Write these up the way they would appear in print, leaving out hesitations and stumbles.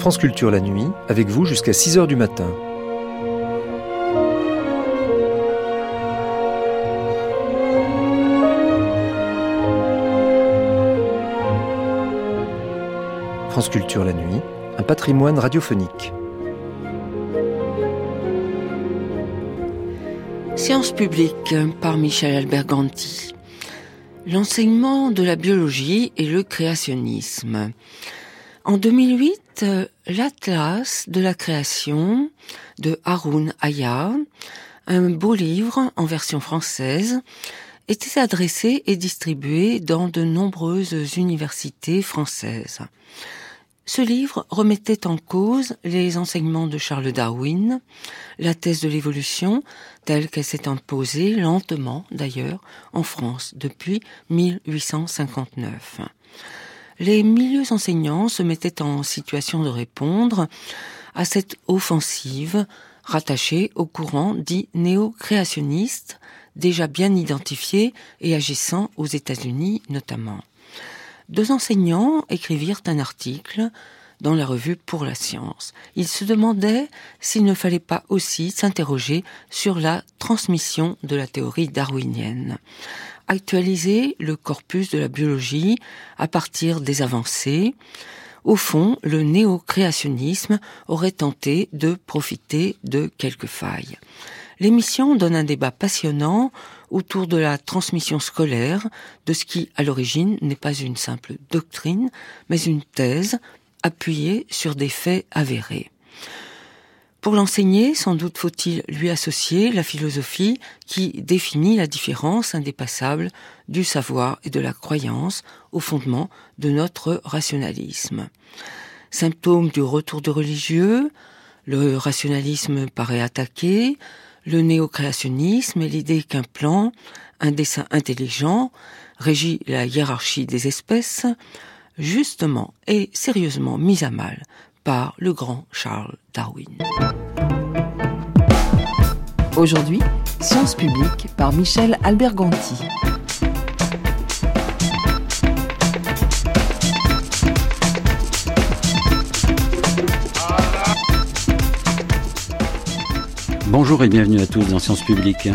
France Culture la nuit, avec vous jusqu'à 6h du matin. France Culture la nuit, un patrimoine radiophonique. Sciences publiques par Michel Alberganti. L'enseignement de la biologie et le créationnisme. En 2008, l'Atlas de la création de Haroun Aya, un beau livre en version française, était adressé et distribué dans de nombreuses universités françaises. Ce livre remettait en cause les enseignements de Charles Darwin, la thèse de l'évolution telle qu'elle s'est imposée lentement d'ailleurs en France depuis 1859. Les milieux enseignants se mettaient en situation de répondre à cette offensive rattachée au courant dit néo-créationniste, déjà bien identifié et agissant aux États-Unis notamment. 2 enseignants écrivirent un article dans la revue Pour la science. Ils se demandaient s'il ne fallait pas aussi s'interroger sur la transmission de la théorie darwinienne. Actualiser le corpus de la biologie à partir des avancées. Au fond, le néo-créationnisme aurait tenté de profiter de quelques failles. L'émission donne un débat passionnant autour de la transmission scolaire de ce qui, à l'origine, n'est pas une simple doctrine, mais une thèse appuyée sur des faits avérés. Pour l'enseigner, sans doute faut-il lui associer la philosophie qui définit la différence indépassable du savoir et de la croyance au fondement de notre rationalisme. Symptôme du retour de religieux, le rationalisme paraît attaqué, le néo-créationnisme est l'idée qu'un plan, un dessein intelligent, régit la hiérarchie des espèces, justement et sérieusement mis à mal par le grand Charles Darwin. Aujourd'hui, Sciences publiques par Michel Alberganti. Bonjour et bienvenue à tous dans Sciences publiques.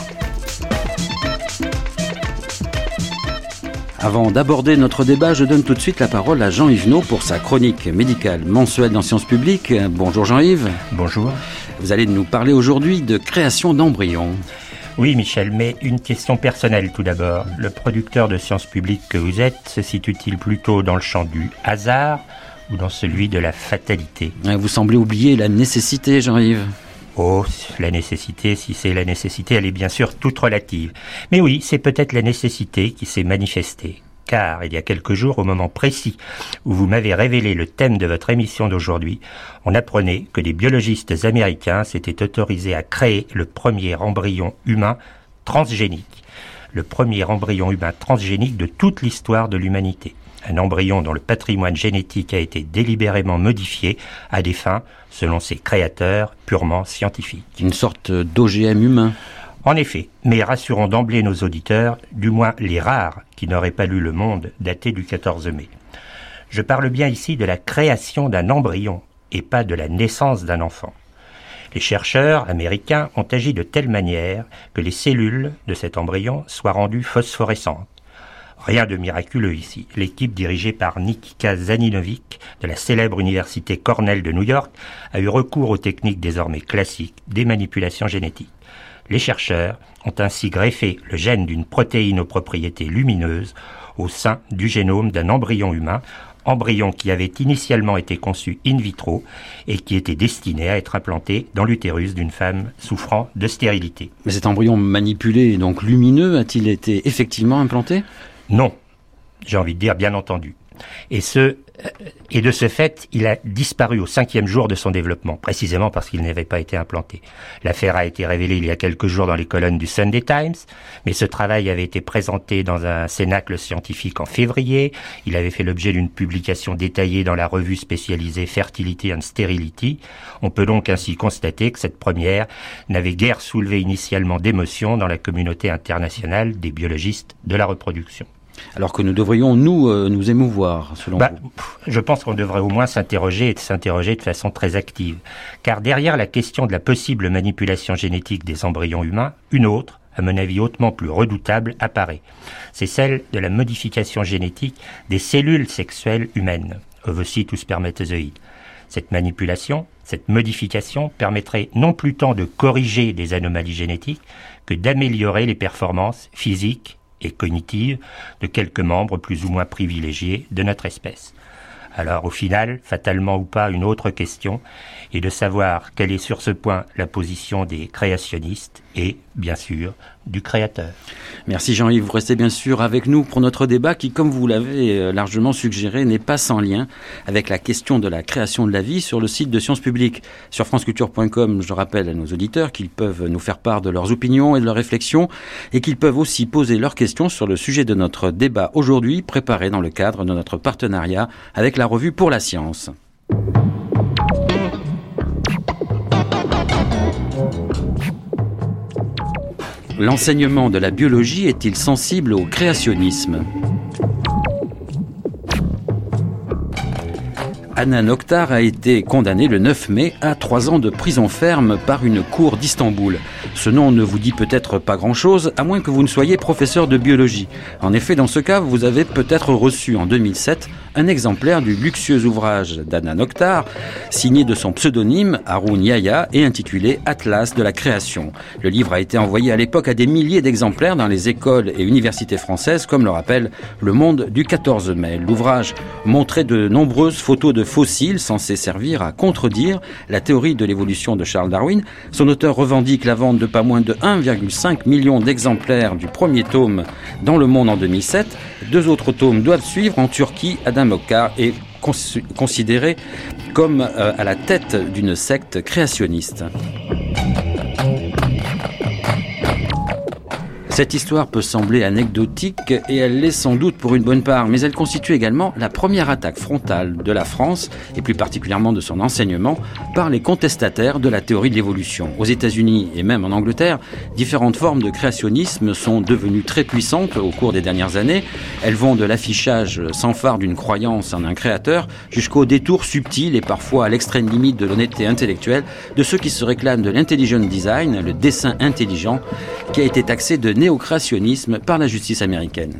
Avant d'aborder notre débat, je donne tout de suite la parole à Jean Yvenot pour sa chronique médicale mensuelle dans Sciences publiques. Bonjour Jean-Yves. Bonjour. Vous allez nous parler aujourd'hui de création d'embryons. Oui Michel, mais une question personnelle tout d'abord. Le producteur de Sciences publiques que vous êtes se situe-t-il plutôt dans le champ du hasard ou dans celui de la fatalité ? Vous semblez oublier la nécessité, Jean-Yves. Oh, la nécessité, si c'est la nécessité, elle est bien sûr toute relative. Mais oui, c'est peut-être la nécessité qui s'est manifestée. Car, il y a quelques jours, au moment précis où vous m'avez révélé le thème de votre émission d'aujourd'hui, on apprenait que des biologistes américains s'étaient autorisés à créer le premier embryon humain transgénique. Le premier embryon humain transgénique de toute l'histoire de l'humanité. Un embryon dont le patrimoine génétique a été délibérément modifié à des fins, selon ses créateurs, purement scientifiques. Une sorte d'OGM humain. En effet, mais rassurons d'emblée nos auditeurs, du moins les rares qui n'auraient pas lu Le Monde daté du 14 mai. Je parle bien ici de la création d'un embryon et pas de la naissance d'un enfant. Les chercheurs américains ont agi de telle manière que les cellules de cet embryon soient rendues phosphorescentes. Rien de miraculeux ici. L'équipe dirigée par Nikita Zaninovic de la célèbre université Cornell de New York a eu recours aux techniques désormais classiques des manipulations génétiques. Les chercheurs ont ainsi greffé le gène d'une protéine aux propriétés lumineuses au sein du génome d'un embryon humain, embryon qui avait initialement été conçu in vitro et qui était destiné à être implanté dans l'utérus d'une femme souffrant de stérilité. Mais cet embryon manipulé, donc lumineux, a-t-il été effectivement implanté ? Non, j'ai envie de dire bien entendu. Et de ce fait, il a disparu au 5e jour de son développement, précisément parce qu'il n'avait pas été implanté. L'affaire a été révélée il y a quelques jours dans les colonnes du Sunday Times, mais ce travail avait été présenté dans un cénacle scientifique en février. Il avait fait l'objet d'une publication détaillée dans la revue spécialisée Fertility and Sterility. On peut donc ainsi constater que cette première n'avait guère soulevé initialement d'émotion dans la communauté internationale des biologistes de la reproduction. Alors que nous devrions, nous émouvoir, selon vous. Je pense qu'on devrait au moins s'interroger de façon très active. Car derrière la question de la possible manipulation génétique des embryons humains, une autre, à mon avis hautement plus redoutable, apparaît. C'est celle de la modification génétique des cellules sexuelles humaines, ovocytes ou spermatozoïdes. Cette manipulation, cette modification permettrait non plus tant de corriger des anomalies génétiques que d'améliorer les performances physiques et cognitives de quelques membres plus ou moins privilégiés de notre espèce. Alors au final, fatalement ou pas, une autre question est de savoir quelle est sur ce point la position des créationnistes et, bien sûr, du créateur. Merci Jean-Yves, vous restez bien sûr avec nous pour notre débat qui, comme vous l'avez largement suggéré, n'est pas sans lien avec la question de la création de la vie sur le site de Sciences Publiques. Sur franceculture.com, je rappelle à nos auditeurs qu'ils peuvent nous faire part de leurs opinions et de leurs réflexions et qu'ils peuvent aussi poser leurs questions sur le sujet de notre débat aujourd'hui, préparé dans le cadre de notre partenariat avec la Revue pour la Science. L'enseignement de la biologie est-il sensible au créationnisme ? Hanan Oktar a été condamnée le 9 mai à 3 ans de prison ferme par une cour d'Istanbul. Ce nom ne vous dit peut-être pas grand-chose, à moins que vous ne soyez professeur de biologie. En effet, dans ce cas, vous avez peut-être reçu en 2007 un exemplaire du luxueux ouvrage d'Hanan Oktar, signé de son pseudonyme Haroun Yahya et intitulé Atlas de la création. Le livre a été envoyé à l'époque à des milliers d'exemplaires dans les écoles et universités françaises, comme le rappelle Le Monde du 14 mai. L'ouvrage montrait de nombreuses photos de fossiles censés servir à contredire la théorie de l'évolution de Charles Darwin. Son auteur revendique la vente de pas moins de 1,5 million d'exemplaires du premier tome dans le monde en 2007. 2 autres tomes doivent suivre en Turquie. Hanan Oktar est considéré comme à la tête d'une secte créationniste. Cette histoire peut sembler anecdotique et elle l'est sans doute pour une bonne part, mais elle constitue également la première attaque frontale de la France, et plus particulièrement de son enseignement, par les contestataires de la théorie de l'évolution. Aux États-Unis et même en Angleterre, différentes formes de créationnisme sont devenues très puissantes au cours des dernières années. Elles vont de l'affichage sans phare d'une croyance en un créateur jusqu'au détour subtil et parfois à l'extrême limite de l'honnêteté intellectuelle de ceux qui se réclament de l'intelligent design, le dessin intelligent, qui a été taxé de néo-créationnisme par la justice américaine.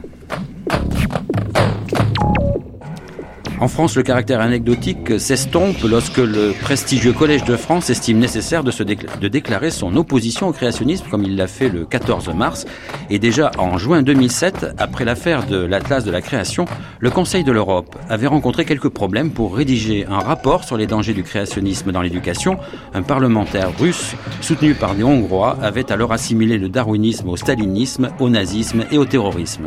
En France, le caractère anecdotique s'estompe lorsque le prestigieux Collège de France estime nécessaire de déclarer son opposition au créationnisme, comme il l'a fait le 14 mars. Et déjà en juin 2007, après l'affaire de l'Atlas de la création, le Conseil de l'Europe avait rencontré quelques problèmes pour rédiger un rapport sur les dangers du créationnisme dans l'éducation. Un parlementaire russe, soutenu par des Hongrois, avait alors assimilé le darwinisme au stalinisme, au nazisme et au terrorisme.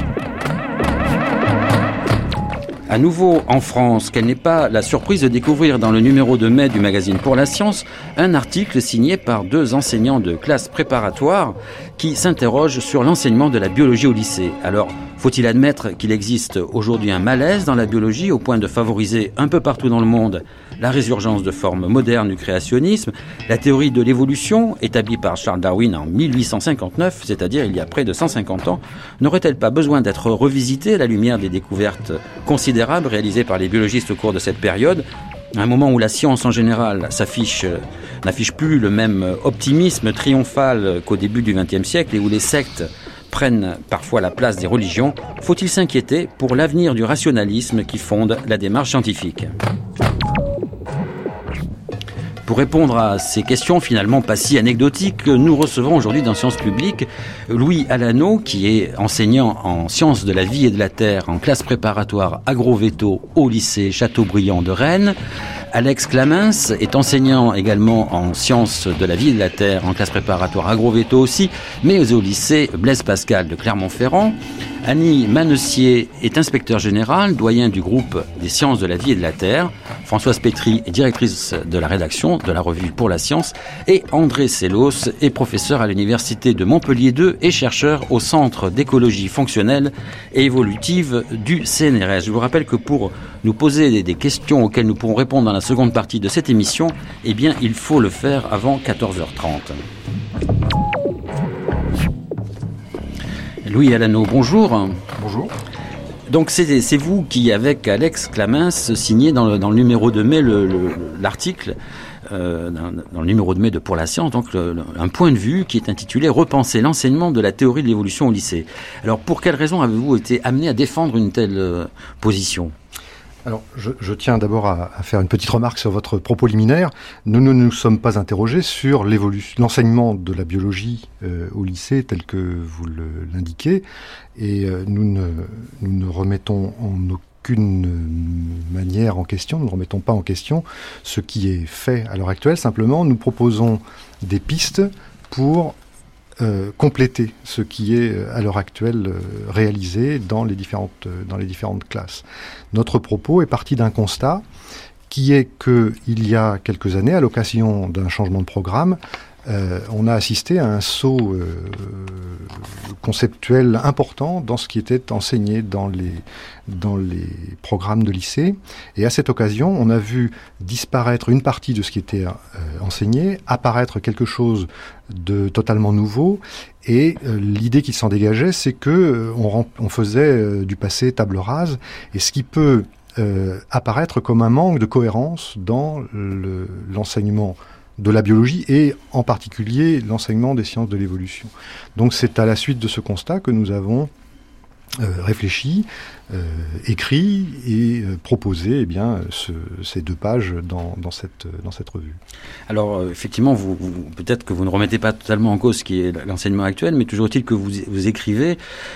À nouveau en France, quelle n'est pas la surprise de découvrir dans le numéro de mai du magazine Pour la Science un article signé par 2 enseignants de classe préparatoire qui s'interrogent sur l'enseignement de la biologie au lycée. Alors, faut-il admettre qu'il existe aujourd'hui un malaise dans la biologie au point de favoriser un peu partout dans le monde la résurgence de formes modernes du créationnisme? La théorie de l'évolution, établie par Charles Darwin en 1859, c'est-à-dire il y a près de 150 ans, n'aurait-elle pas besoin d'être revisitée à la lumière des découvertes considérables réalisées par les biologistes au cours de cette période, à un moment où la science en général n'affiche plus le même optimisme triomphal qu'au début du XXe siècle et où les sectes prennent parfois la place des religions? Faut-il s'inquiéter pour l'avenir du rationalisme qui fonde la démarche scientifique? Pour répondre à ces questions finalement pas si anecdotiques, nous recevons aujourd'hui dans Sciences Publiques Louis Alano, qui est enseignant en sciences de la vie et de la terre en classe préparatoire agrovéto au lycée Chateaubriand de Rennes. Alex Clamens est enseignant également en sciences de la vie et de la terre en classe préparatoire agrovéto aussi, mais au lycée Blaise Pascal de Clermont-Ferrand. Annie Manessier est inspecteur général, doyen du groupe des sciences de la vie et de la terre. Françoise Pétry est directrice de la rédaction de la Revue pour la Science. Et André Sellos est professeur à l'université de Montpellier 2 et chercheur au Centre d'écologie fonctionnelle et évolutive du CNRS. Je vous rappelle que pour nous poser des questions auxquelles nous pourrons répondre dans la seconde partie de cette émission, eh bien, il faut le faire avant 14h30. Louis Alano, bonjour. Bonjour. Donc c'est vous qui, avec Alex Clamens, signez dans le numéro de mai l'article, dans le numéro de mai de Pour la Science, donc un point de vue qui est intitulé « Repenser l'enseignement de la théorie de l'évolution au lycée ». Alors pour quelles raisons avez-vous été amené à défendre une telle position ? Alors, je tiens d'abord à faire une petite remarque sur votre propos liminaire. Nous ne nous sommes pas interrogés sur l'enseignement de la biologie au lycée tel que vous l'indiquez, et nous ne remettons en aucune manière en question, nous ne remettons pas en question ce qui est fait à l'heure actuelle. Simplement, nous proposons des pistes pour compléter ce qui est à l'heure actuelle réalisé dans les différentes classes. Notre propos est parti d'un constat qui est que il y a quelques années, à l'occasion d'un changement de programme, on a assisté à un saut conceptuel important dans ce qui était enseigné dans les programmes de lycée. Et à cette occasion, on a vu disparaître une partie de ce qui était enseigné, apparaître quelque chose de totalement nouveau. Et l'idée qui s'en dégageait, c'est que on faisait du passé table rase. Et ce qui peut apparaître comme un manque de cohérence dans l'enseignement de la biologie et en particulier l'enseignement des sciences de l'évolution. Donc c'est à la suite de ce constat que nous avons réfléchi, écrit et proposé ces 2 pages dans cette revue. Alors effectivement, vous peut-être que vous ne remettez pas totalement en cause ce qui est l'enseignement actuel, mais toujours est-il que vous écrivez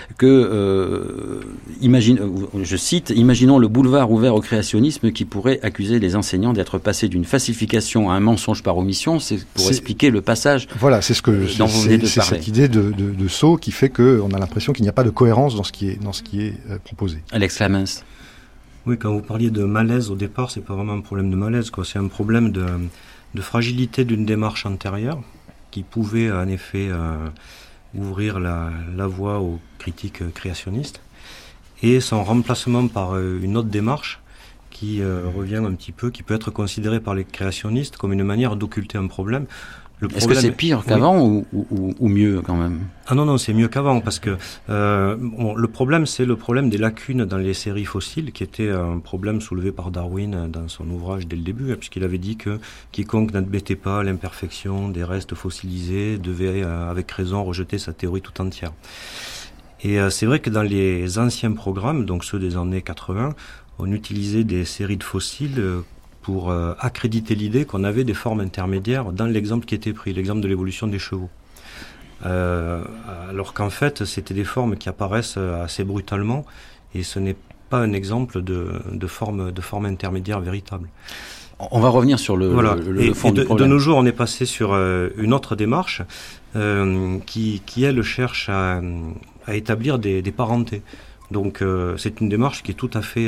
que, je cite, « Imaginons le boulevard ouvert au créationnisme qui pourrait accuser les enseignants d'être passés d'une falsification à un mensonge par omission ». C'est expliquer le passage. Voilà, c'est dont vous venez de parler. C'est cette idée de saut qui fait qu'on a l'impression qu'il n'y a pas de cohérence dans ce qui est proposé. Alex Clamens. Oui, quand vous parliez de malaise au départ, c'est pas vraiment un problème de malaise, quoi. C'est un problème de fragilité d'une démarche antérieure qui pouvait en effet ouvrir la voie aux critiques créationnistes, et son remplacement par une autre démarche qui revient un petit peu, qui peut être considérée par les créationnistes comme une manière d'occulter un problème. Est-ce que c'est pire qu'avant ou mieux quand même ? Ah non, c'est mieux qu'avant, parce que le problème, c'est le problème des lacunes dans les séries fossiles, qui était un problème soulevé par Darwin dans son ouvrage dès le début, puisqu'il avait dit que quiconque n'admettait pas l'imperfection des restes fossilisés devait, avec raison, rejeter sa théorie tout entière. Et c'est vrai que dans les anciens programmes, donc ceux des années 80, on utilisait des séries de fossiles pour accréditer l'idée qu'on avait des formes intermédiaires dans l'exemple qui était pris, l'exemple de l'évolution des chevaux. Alors qu'en fait, c'était des formes qui apparaissent assez brutalement, et ce n'est pas un exemple de forme intermédiaire véritable. On va revenir sur le fond du problème. De nos jours, on est passé sur une autre démarche qui elle, cherche à établir des parentés. Donc c'est une démarche qui est tout à fait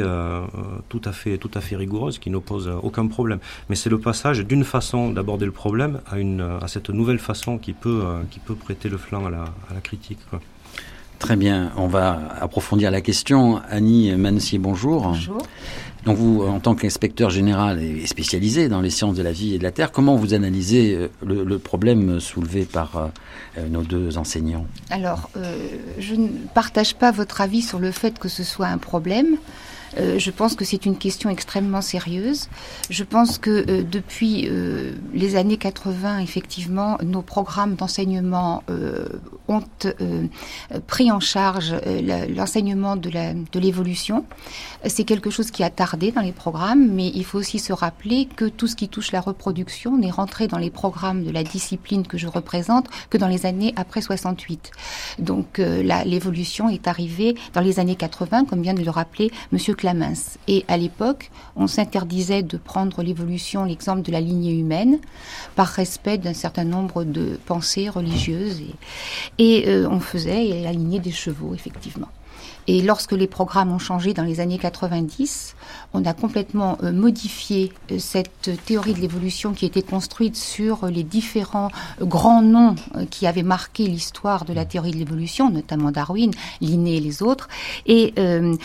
rigoureuse, qui n'oppose aucun problème. Mais c'est le passage d'une façon d'aborder le problème à cette nouvelle façon qui peut prêter le flanc à la critique, quoi. Très bien, on va approfondir la question. Annie Mancier, bonjour. Bonjour. Donc vous, en tant qu'inspecteur général et spécialisé dans les sciences de la vie et de la Terre, comment vous analysez le problème soulevé par nos 2 enseignants ? Alors, je ne partage pas votre avis sur le fait que ce soit un problème. Je pense que c'est une question extrêmement sérieuse. Je pense que depuis les années 80, effectivement, nos programmes d'enseignement ont pris en charge l'enseignement de l'évolution. C'est quelque chose qui a tardé dans les programmes, mais il faut aussi se rappeler que tout ce qui touche la reproduction n'est rentré dans les programmes de la discipline que je représente que dans les années après 68. Donc l'évolution est arrivée dans les années 80, comme vient de le rappeler Monsieur Clamens. Et à l'époque, on s'interdisait de prendre l'évolution, l'exemple de la lignée humaine, par respect d'un certain nombre de pensées religieuses. Et on faisait la lignée des chevaux, effectivement. Et lorsque les programmes ont changé dans les années 90, on a complètement modifié cette théorie de l'évolution qui était construite sur les différents grands noms qui avaient marqué l'histoire de la théorie de l'évolution, notamment Darwin, Linné et les autres. Et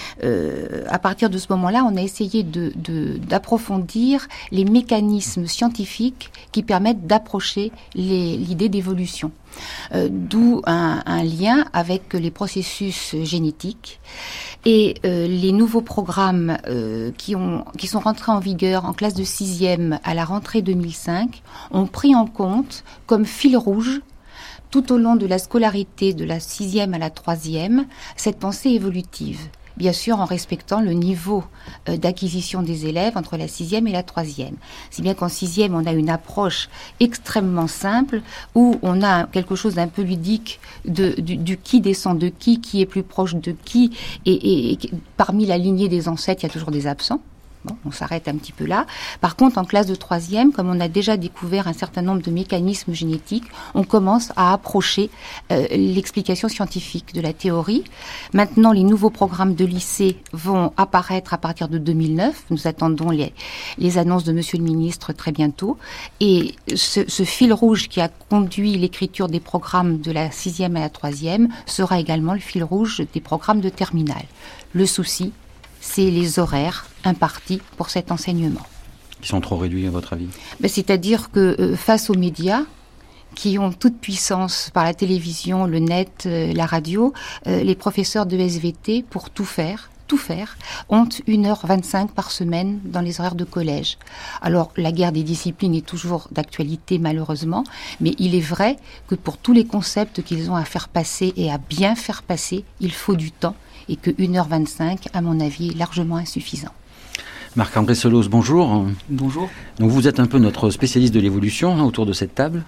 à partir de ce moment-là, on a essayé d'approfondir les mécanismes scientifiques qui permettent d'approcher l'idée d'évolution. D'où un lien avec les processus génétiques génétique. Et les nouveaux programmes qui sont rentrés en vigueur en classe de 6e à la rentrée 2005 ont pris en compte comme fil rouge tout au long de la scolarité de la 6e à la 3e cette pensée évolutive. Bien sûr en respectant le niveau d'acquisition des élèves entre la 6e et la 3e. Si bien qu'en 6e, on a une approche extrêmement simple où on a quelque chose d'un peu ludique du qui descend de qui est plus proche de qui, et parmi la lignée des ancêtres, il y a toujours des absents. Bon, on s'arrête un petit peu là. Par contre, en classe de 3e, comme on a déjà découvert un certain nombre de mécanismes génétiques, on commence à approcher l'explication scientifique de la théorie. Maintenant, les nouveaux programmes de lycée vont apparaître à partir de 2009. Nous attendons les annonces de Monsieur le Ministre très bientôt. Et ce fil rouge qui a conduit l'écriture des programmes de la 6e à la 3e sera également le fil rouge des programmes de terminale. Le souci, c'est les horaires impartis pour cet enseignement. Ils sont trop réduits, à votre avis ? C'est-à-dire que face aux médias, qui ont toute puissance par la télévision, le net, la radio, les professeurs de SVT, pour tout faire, ont 1h25 par semaine dans les horaires de collège. Alors, la guerre des disciplines est toujours d'actualité, malheureusement, mais il est vrai que pour tous les concepts qu'ils ont à faire passer et à bien faire passer, il faut du temps, et que 1h25, à mon avis, est largement insuffisant. Marc-André Solos, bonjour. Bonjour. Donc vous êtes un peu notre spécialiste de l'évolution autour de cette table,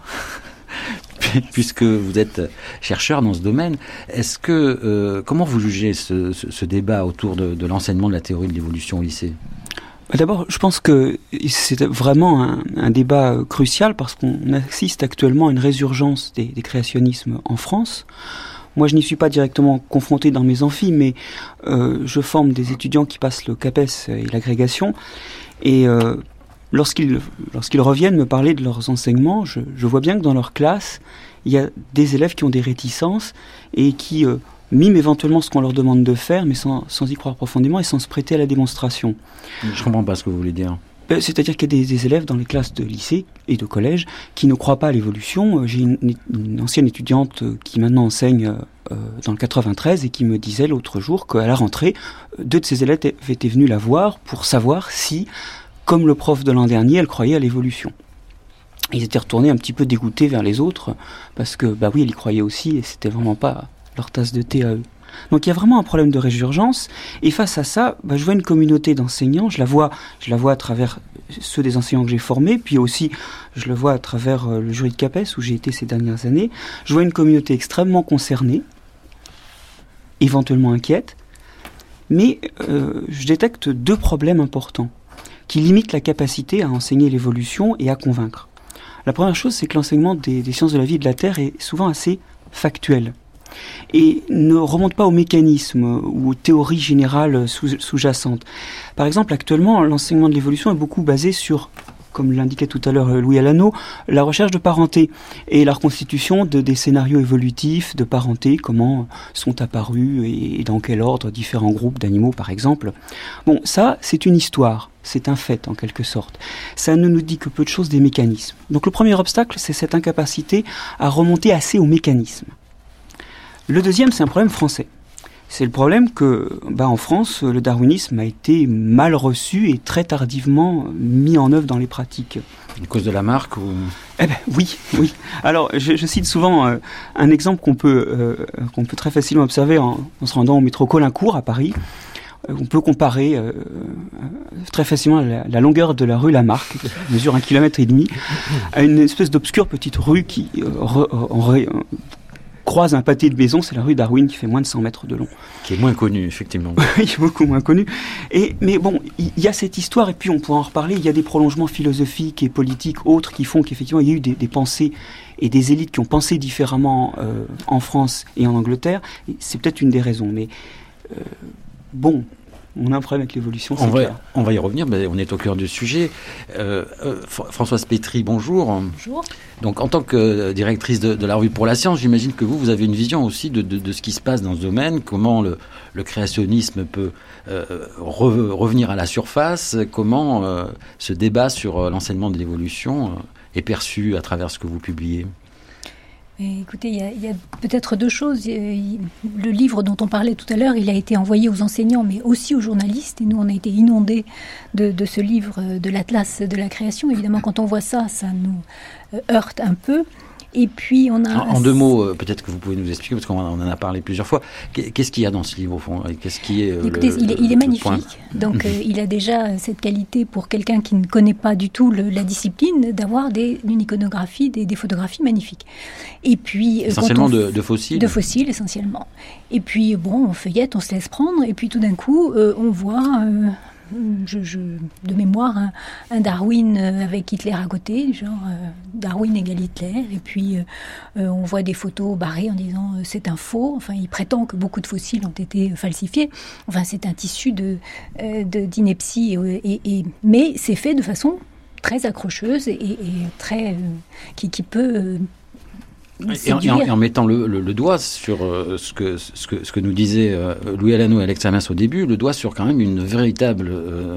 puisque vous êtes chercheur dans ce domaine. Est-ce que comment vous jugez ce débat autour de l'enseignement de la théorie de l'évolution au lycée ? D'abord, je pense que c'est vraiment un débat crucial parce qu'on assiste actuellement à une résurgence des créationnismes en France. Moi, je n'y suis pas directement confronté dans mes amphis, mais je forme des étudiants qui passent le CAPES et l'agrégation. Et lorsqu'ils reviennent me parler de leurs enseignements, je vois bien que dans leur classe, il y a des élèves qui ont des réticences et qui miment éventuellement ce qu'on leur demande de faire, mais sans y croire profondément et sans se prêter à la démonstration. Je ne comprends pas ce que vous voulez dire. C'est-à-dire qu'il y a des élèves dans les classes de lycée et de collège qui ne croient pas à l'évolution. J'ai une ancienne étudiante qui maintenant enseigne dans le 93 et qui me disait l'autre jour qu'à la rentrée, 2 de ses élèves étaient venus la voir pour savoir si, comme le prof de l'an dernier, elle croyait à l'évolution. Ils étaient retournés un petit peu dégoûtés vers les autres parce que, oui, elle y croyait aussi et c'était vraiment pas leur tasse de thé à eux. Donc il y a vraiment un problème de résurgence et face à ça, je vois une communauté d'enseignants, je la vois à travers ceux des enseignants que j'ai formés, puis aussi je le vois à travers le jury de CAPES où j'ai été ces dernières années. Je vois une communauté extrêmement concernée, éventuellement inquiète, mais je détecte 2 problèmes importants qui limitent la capacité à enseigner l'évolution et à convaincre. La première chose, c'est que l'enseignement des sciences de la vie et de la Terre est souvent assez factuel et ne remonte pas aux mécanismes ou aux théories générales sous-jacentes. Par exemple, actuellement, l'enseignement de l'évolution est beaucoup basé sur, comme l'indiquait tout à l'heure Louis Alano, la recherche de parenté et la reconstitution des scénarios évolutifs de parenté, comment sont apparus et dans quel ordre différents groupes d'animaux, par exemple. Bon, ça, c'est une histoire. C'est un fait, en quelque sorte. Ça ne nous dit que peu de choses des mécanismes. Donc le premier obstacle, c'est cette incapacité à remonter assez aux mécanismes. Le deuxième, c'est un problème français. C'est le problème que, en France, le darwinisme a été mal reçu et très tardivement mis en œuvre dans les pratiques. À cause de la marque ou... Oui. Alors, je cite souvent un exemple qu'on peut très facilement observer en se rendant au métro Caulaincourt à Paris. On peut comparer très facilement la longueur de la rue Lamarck, qui mesure 1,5 km, à une espèce d'obscure petite rue qui croise un pâté de maisons, c'est la rue Darwin qui fait moins de 100 mètres de long. Qui est moins connue, effectivement. Oui, beaucoup moins connue. Mais bon, il y a cette histoire, et puis on pourra en reparler, il y a des prolongements philosophiques et politiques autres qui font qu'effectivement il y a eu des pensées et des élites qui ont pensé différemment en France et en Angleterre. Et c'est peut-être une des raisons, mais on a un problème avec l'évolution, c'est clair. On va y revenir, mais on est au cœur du sujet. Françoise Pétry, bonjour. Bonjour. Donc, en tant que directrice de la revue Pour la Science, j'imagine que vous avez une vision aussi de ce qui se passe dans ce domaine, comment le créationnisme peut revenir à la surface, comment ce débat sur l'enseignement de l'évolution est perçu à travers ce que vous publiez. Écoutez, il y a peut-être deux choses. Le livre dont on parlait tout à l'heure, il a été envoyé aux enseignants, mais aussi aux journalistes. Et nous, on a été inondés de ce livre, de l'Atlas de la création. Évidemment, quand on voit ça, ça nous heurte un peu. Et puis on a... En deux mots, peut-être que vous pouvez nous expliquer, parce qu'on en a parlé plusieurs fois. Qu'est-ce qu'il y a dans ce livre, au fond? Qu'est-ce qui est Écoutez, il est magnifique. Donc il a déjà cette qualité pour quelqu'un qui ne connaît pas du tout la discipline, d'avoir une iconographie, des photographies magnifiques. Et puis, essentiellement de fossiles? De fossiles, essentiellement. Et puis, on feuillette, on se laisse prendre, et puis tout d'un coup, on voit... de mémoire, un Darwin avec Hitler à côté, genre Darwin égale Hitler, et puis on voit des photos barrées en disant c'est un faux, enfin il prétend que beaucoup de fossiles ont été falsifiés, enfin c'est un tissu d'ineptie, mais c'est fait de façon très accrocheuse et très qui peut... Et en mettant le doigt sur ce que nous disaient Louis Alano et Alex Hermès au début, le doigt sur quand même un véritable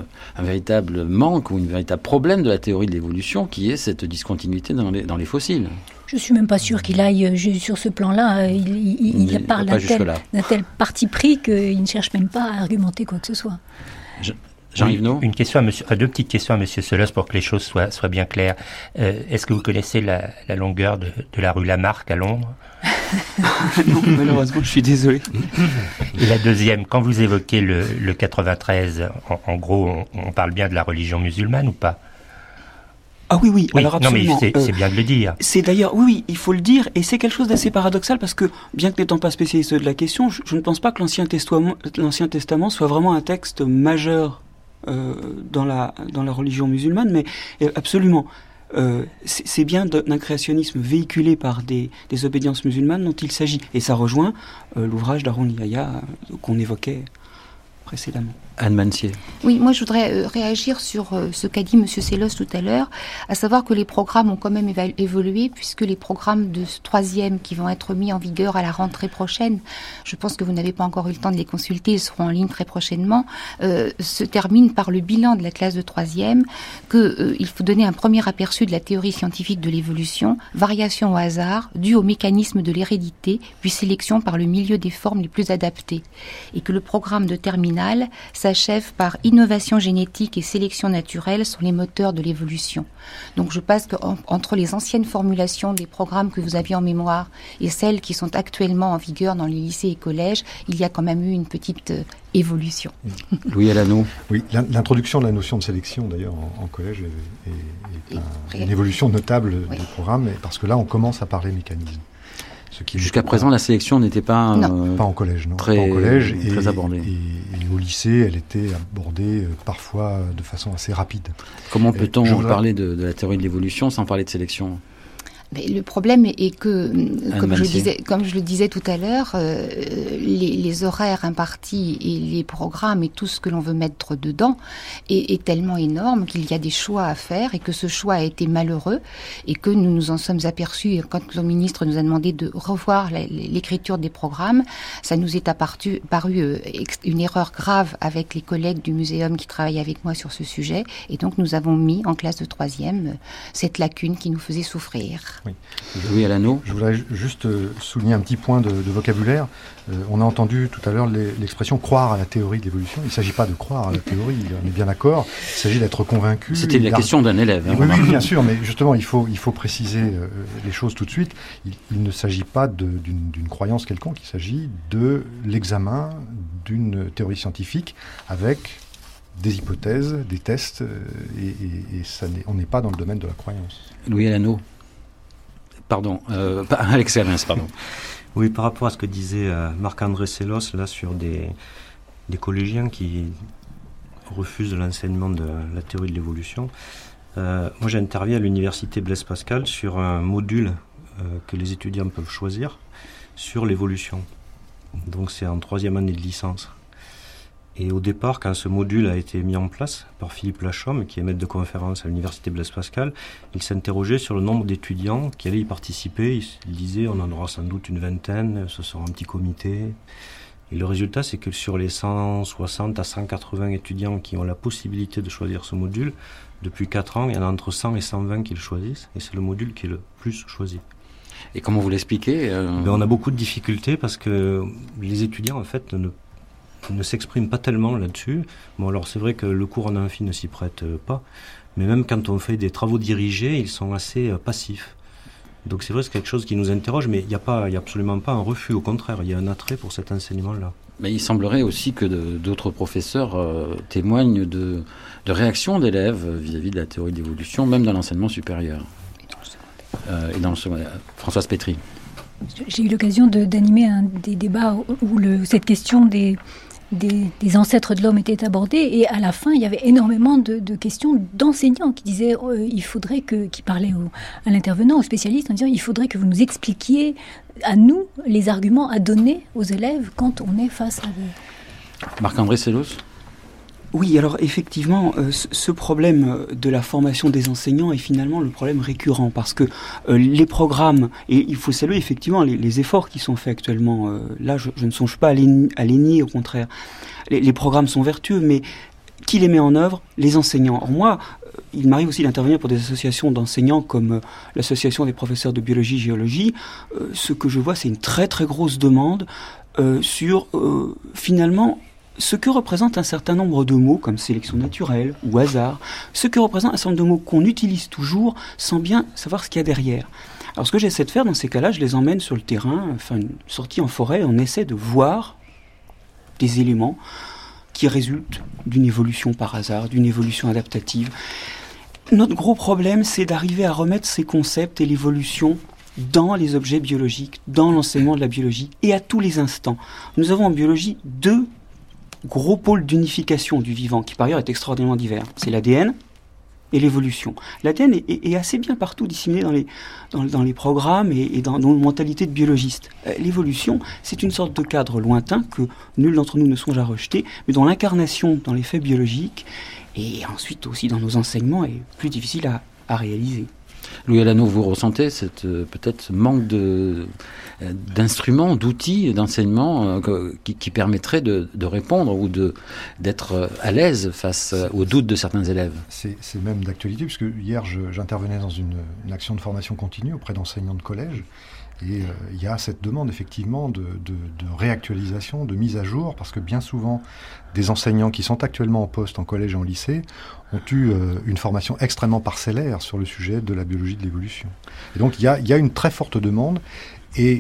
manque ou un véritable problème de la théorie de l'évolution, qui est cette discontinuité dans les fossiles. Je suis même pas sûr qu'il aille sur ce plan-là. Il parle d'un tel parti pris qu'il ne cherche même pas à argumenter quoi que ce soit. Jean-Yves Naud. Deux petites questions à M. Selos pour que les choses soient bien claires. Est-ce que vous connaissez la longueur de la rue Lamarck à Londres? Non, malheureusement, je suis désolé. Et la deuxième, quand vous évoquez le 93, en gros, on parle bien de la religion musulmane ou pas? Ah oui, alors absolument. Non, mais c'est bien de le dire. C'est d'ailleurs, oui, il faut le dire, et c'est quelque chose d'assez paradoxal, parce que, bien que n'étant pas spécialiste de la question, je ne pense pas que l'Ancien Testament soit vraiment un texte majeur dans la religion musulmane, mais absolument. C'est bien d'un créationnisme véhiculé par des obédiences musulmanes dont il s'agit. Et ça rejoint l'ouvrage d'Haroun Yahya qu'on évoquait précédemment. Anne Mancier. Oui, moi je voudrais réagir sur ce qu'a dit M. Selos tout à l'heure, à savoir que les programmes ont quand même évolué, puisque les programmes de troisième qui vont être mis en vigueur à la rentrée prochaine, je pense que vous n'avez pas encore eu le temps de les consulter, ils seront en ligne très prochainement, se terminent par le bilan de la classe de troisième, qu'il faut donner un premier aperçu de la théorie scientifique de l'évolution, variation au hasard, due au mécanisme de l'hérédité, puis sélection par le milieu des formes les plus adaptées, et que le programme de terminale s'achève par innovation génétique et sélection naturelle sont les moteurs de l'évolution. Donc je pense qu'entre les anciennes formulations des programmes que vous aviez en mémoire et celles qui sont actuellement en vigueur dans les lycées et collèges, il y a quand même eu une petite évolution. Louis Alano. Oui, l'introduction de la notion de sélection d'ailleurs en collège est une évolution notable du programme, parce que là on commence à parler mécanisme. Jusqu'à présent, la sélection n'était pas pas en collège, non. Très, pas en collège, très abordée. Et au lycée, elle était abordée parfois de façon assez rapide. Comment peut-on parler de la théorie de l'évolution sans parler de sélection ? Mais le problème est que, comme je le disais tout à l'heure, les horaires impartis et les programmes et tout ce que l'on veut mettre dedans est tellement énorme qu'il y a des choix à faire, et que ce choix a été malheureux, et que nous nous en sommes aperçus quand le ministre nous a demandé de revoir l'écriture des programmes. Ça nous est paru une erreur grave avec les collègues du muséum qui travaillent avec moi sur ce sujet, et donc nous avons mis en classe de troisième cette lacune qui nous faisait souffrir. Oui. Louis Alano. Je voudrais juste souligner un petit point de vocabulaire. On a entendu tout à l'heure l'expression croire à la théorie de l'évolution. Il ne s'agit pas de croire à la théorie, on est bien d'accord. Il s'agit d'être convaincu. C'était la question d'un élève. Oui, bien sûr, mais justement, il faut préciser les choses tout de suite. Il ne s'agit pas d'une croyance quelconque, il s'agit de l'examen d'une théorie scientifique avec des hypothèses, des tests, et on n'est pas dans le domaine de la croyance. Louis Alano. Pardon, Alex Hermès, pardon. Oui, par rapport à ce que disait Marc-André Selos, là, sur des collégiens qui refusent l'enseignement de la théorie de l'évolution, moi j'interviens à l'université Blaise Pascal sur un module que les étudiants peuvent choisir sur l'évolution. Donc c'est en 3e année de licence. Et au départ, quand ce module a été mis en place par Philippe Lachaume, qui est maître de conférence à l'université Blaise Pascal, il s'interrogeait sur le nombre d'étudiants qui allaient y participer. Il disait on en aura sans doute une vingtaine, ce sera un petit comité. Et le résultat, c'est que sur les 160 à 180 étudiants qui ont la possibilité de choisir ce module, depuis 4 ans, il y en a entre 100 et 120 qui le choisissent, et c'est le module qui est le plus choisi. Et comment vous l'expliquez On a beaucoup de difficultés parce que les étudiants, en fait, ne s'expriment pas tellement là-dessus. Bon, alors c'est vrai que le cours en amphi ne s'y prête pas, mais même quand on fait des travaux dirigés, ils sont assez passifs. Donc c'est vrai que c'est quelque chose qui nous interroge, mais il n'y a absolument pas un refus, au contraire, il y a un attrait pour cet enseignement-là. Mais il semblerait aussi que d'autres professeurs témoignent de réactions d'élèves vis-à-vis de la théorie de l'évolution, même dans l'enseignement supérieur. Et dans le secondaire. Françoise Pétry. J'ai eu l'occasion d'animer des débats où cette question des ancêtres de l'homme était abordée, et à la fin il y avait énormément de questions d'enseignants qui disaient il faudrait qui parlaient à l'intervenant, aux spécialistes, en disant il faudrait que vous nous expliquiez à nous les arguments à donner aux élèves quand on est face à Marc-André Sellos. Oui, alors effectivement, ce problème de la formation des enseignants est finalement le problème récurrent, parce que les programmes, et il faut saluer effectivement les efforts qui sont faits actuellement, là je ne songe pas à les nier, au contraire. Les programmes sont vertueux, mais qui les met en œuvre? Les enseignants. Or moi, il m'arrive aussi d'intervenir pour des associations d'enseignants comme l'association des professeurs de biologie-géologie. Ce que je vois, c'est une très très grosse demande sur finalement ce que représente un certain nombre de mots comme sélection naturelle ou hasard, ce que représente un certain nombre de mots qu'on utilise toujours sans bien savoir ce qu'il y a derrière. Alors ce que j'essaie de faire dans ces cas-là, je les emmène sur le terrain, enfin une sortie en forêt, on essaie de voir des éléments qui résultent d'une évolution par hasard, d'une évolution adaptative. Notre gros problème, c'est d'arriver à remettre ces concepts et l'évolution dans les objets biologiques, dans l'enseignement de la biologie et à tous les instants. Nous avons en biologie deux gros pôle d'unification du vivant, qui par ailleurs est extraordinairement divers. C'est l'ADN et l'évolution. L'ADN est assez bien partout disséminé dans les programmes et dans nos mentalités de biologistes. L'évolution, c'est une sorte de cadre lointain que nul d'entre nous ne songe à rejeter, mais dont l'incarnation dans les faits biologiques et ensuite aussi dans nos enseignements est plus difficile à réaliser. Louis Alano, vous ressentez peut-être manque d'instruments, d'outils d'enseignement qui permettraient de répondre ou d'être à l'aise face aux doutes de certains élèves? C'est même d'actualité, puisque hier j'intervenais dans une action de formation continue auprès d'enseignants de collège. Et il y a cette demande effectivement de réactualisation, de mise à jour, parce que bien souvent, des enseignants qui sont actuellement en poste en collège et en lycée ont eu une formation extrêmement parcellaire sur le sujet de la biologie de l'évolution. Et donc il y a une très forte demande, et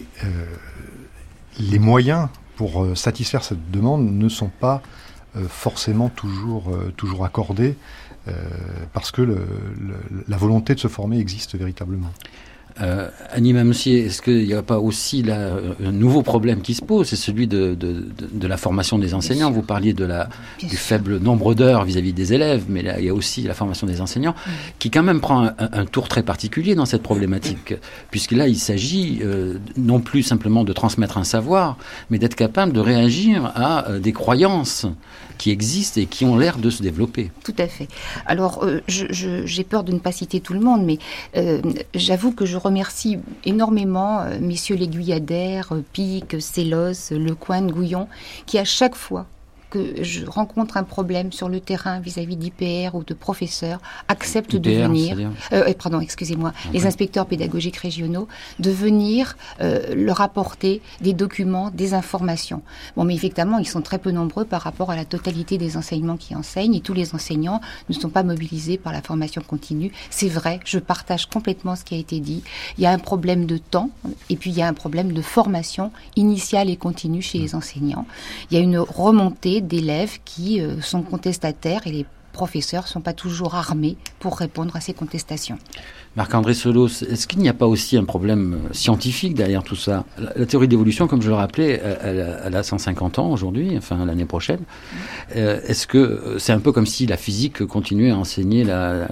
les moyens pour satisfaire cette demande ne sont pas forcément toujours accordés, parce que la volonté de se former existe véritablement. Annie Mamessier, est-ce qu'il n'y a pas aussi là un nouveau problème qui se pose? C'est celui de la formation des enseignants. Vous parliez du faible nombre d'heures vis-à-vis des élèves, mais là il y a aussi la formation des enseignants qui quand même prend un tour très particulier dans cette problématique, puisque là il s'agit non plus simplement de transmettre un savoir, mais d'être capable de réagir à des croyances qui existent et qui ont l'air de se développer. Tout à fait. Alors, j'ai peur de ne pas citer tout le monde, mais j'avoue que je remercie énormément messieurs l'Aiguilladaire, Pic, Sellos, Lecoinne, Gouillon, qui à chaque fois que je rencontre un problème sur le terrain vis-à-vis d'IPR ou de professeurs, acceptent de venir, les inspecteurs pédagogiques régionaux, de venir leur apporter des documents, des informations. Bon, mais effectivement, ils sont très peu nombreux par rapport à la totalité des enseignements qui enseignent, et tous les enseignants ne sont pas mobilisés par la formation continue. C'est vrai, je partage complètement ce qui a été dit. Il y a un problème de temps, et puis il y a un problème de formation initiale et continue chez les enseignants. Il y a une remontée d'élèves qui sont contestataires, et les professeurs ne sont pas toujours armés pour répondre à ces contestations. Marc-André Sellos, est-ce qu'il n'y a pas aussi un problème scientifique derrière tout ça? La théorie d'évolution, comme je le rappelais, elle a 150 ans aujourd'hui, enfin l'année prochaine. Est-ce que c'est un peu comme si la physique continuait à enseigner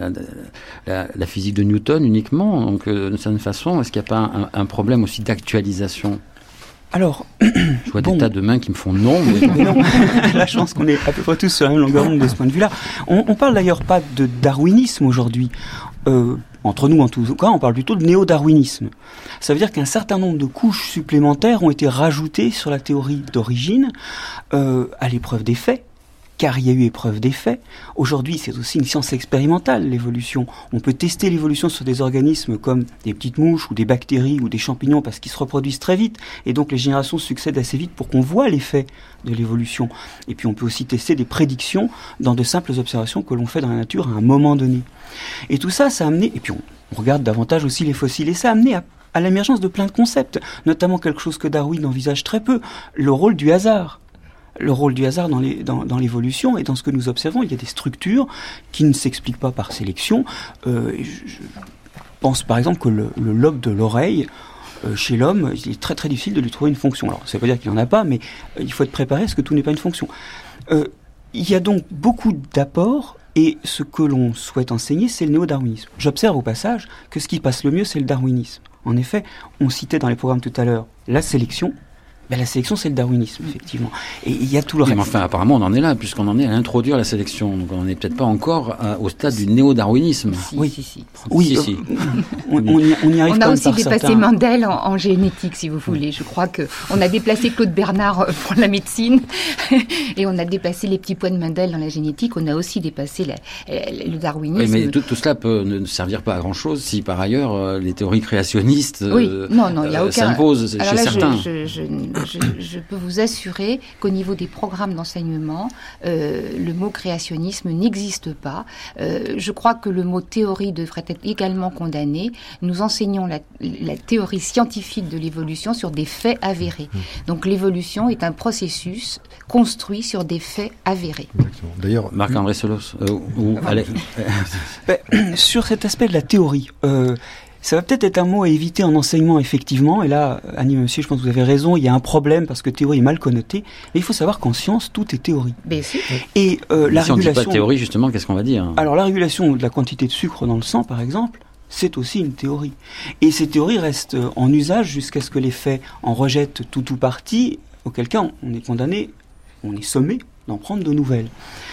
la physique de Newton uniquement? Donc, d'une certaine façon, est-ce qu'il n'y a pas un problème aussi d'actualisation? Alors, je vois des tas de mains qui me font non. Mais non. La chance qu'on est à peu près tous sur la même longueur d'onde de ce point de vue-là. On parle d'ailleurs pas de darwinisme aujourd'hui. Entre nous, en tout cas, on parle plutôt de néo-darwinisme. Ça veut dire qu'un certain nombre de couches supplémentaires ont été rajoutées sur la théorie d'origine à l'épreuve des faits, car il y a eu épreuve des faits. Aujourd'hui, c'est aussi une science expérimentale, l'évolution. On peut tester l'évolution sur des organismes comme des petites mouches ou des bactéries ou des champignons parce qu'ils se reproduisent très vite. Et donc les générations succèdent assez vite pour qu'on voit l'effet de l'évolution. Et puis on peut aussi tester des prédictions dans de simples observations que l'on fait dans la nature à un moment donné. Et tout ça, ça a amené... Et puis on regarde davantage aussi les fossiles. Et ça a amené à l'émergence de plein de concepts, notamment quelque chose que Darwin envisage très peu, le rôle du hasard. Le rôle du hasard dans l'évolution et dans ce que nous observons, il y a des structures qui ne s'expliquent pas par sélection. Je pense par exemple que le lobe de l'oreille, chez l'homme, il est très très difficile de lui trouver une fonction. Alors ça veut pas dire qu'il n'y en a pas, mais il faut être préparé à ce que tout n'est pas une fonction. Il y a donc beaucoup d'apports et ce que l'on souhaite enseigner, c'est le néo-darwinisme. J'observe au passage que ce qui passe le mieux, c'est le darwinisme. En effet, on citait dans les programmes tout à l'heure la sélection. Ben, la sélection, c'est le darwinisme, effectivement. Et il y a tout le reste. Mais enfin, apparemment, on en est là, puisqu'on en est à introduire la sélection. Donc, on n'est peut-être pas encore au stade du néo-darwinisme. Si. Oui, on y arrive. On a aussi déplacé certains... Mendel en génétique, si vous voulez. Je crois qu'on a déplacé Claude Bernard pour la médecine et on a déplacé les petits points de Mendel dans la génétique. On a aussi dépassé le darwinisme. Oui, mais tout cela peut ne servir pas à grand-chose si, par ailleurs, les théories créationnistes s'imposent chez certains. Je peux vous assurer qu'au niveau des programmes d'enseignement, le mot créationnisme n'existe pas. Je crois que le mot théorie devrait être également condamné. Nous enseignons la théorie scientifique de l'évolution sur des faits avérés. Donc l'évolution est un processus construit sur des faits avérés. D'ailleurs, Marc-André Solos, sur cet aspect de la théorie, ça va peut-être être un mot à éviter en enseignement, effectivement. Et là, Annie, monsieur, je pense que vous avez raison, il y a un problème parce que théorie est mal connotée. Mais il faut savoir qu'en science, tout est théorie. Bien sûr. Et la si on ne dit régulation... pas théorie, justement, qu'est-ce qu'on va dire ? Alors, la régulation de la quantité de sucre dans le sang, par exemple, c'est aussi une théorie. Et ces théories restent en usage jusqu'à ce que les faits en rejettent tout ou partie, auquel cas on est condamné, on est sommé d'en prendre de nouvelles.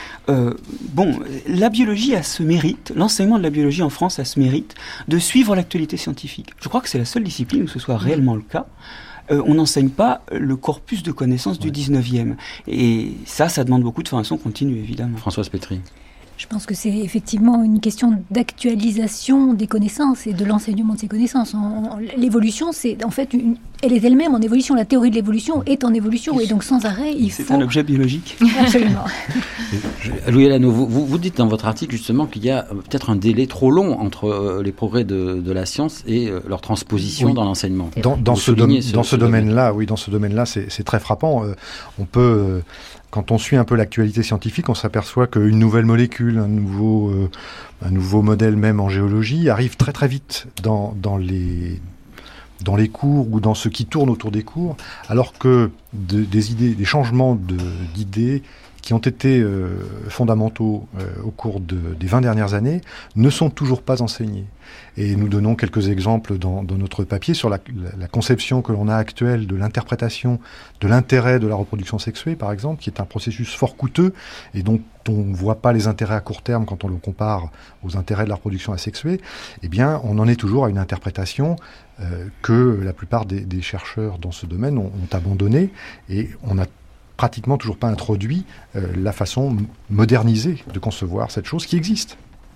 La biologie a ce mérite, l'enseignement de la biologie en France a ce mérite de suivre l'actualité scientifique. Je crois que c'est la seule discipline où ce soit réellement le cas. On n'enseigne pas le corpus de connaissances du 19e. Et ça demande beaucoup de formation continue, évidemment. Françoise Pétry. Je pense que c'est effectivement une question d'actualisation des connaissances et de l'enseignement de ces connaissances. L'évolution, c'est en fait, elle est elle-même en évolution. La théorie de l'évolution est en évolution et donc sans arrêt, C'est un objet biologique. Absolument. Louis Alano, vous dites dans votre article justement qu'il y a peut-être un délai trop long entre les progrès de la science et leur transposition dans l'enseignement. Dans ce domaine-là, c'est très frappant. On peut... Quand on suit un peu l'actualité scientifique, on s'aperçoit qu'une nouvelle molécule, un nouveau modèle même en géologie arrive très très vite dans les cours ou dans ce qui tourne autour des cours, alors que des changements d'idées qui ont été fondamentaux au cours des 20 dernières années ne sont toujours pas enseignés. Et nous donnons quelques exemples dans notre papier sur la conception que l'on a actuelle de l'interprétation de l'intérêt de la reproduction sexuée, par exemple, qui est un processus fort coûteux et dont on ne voit pas les intérêts à court terme quand on le compare aux intérêts de la reproduction asexuée. Eh bien, on en est toujours à une interprétation que la plupart des chercheurs dans ce domaine ont abandonnée, et on n'a pratiquement toujours pas introduit la façon modernisée de concevoir cette chose qui existe.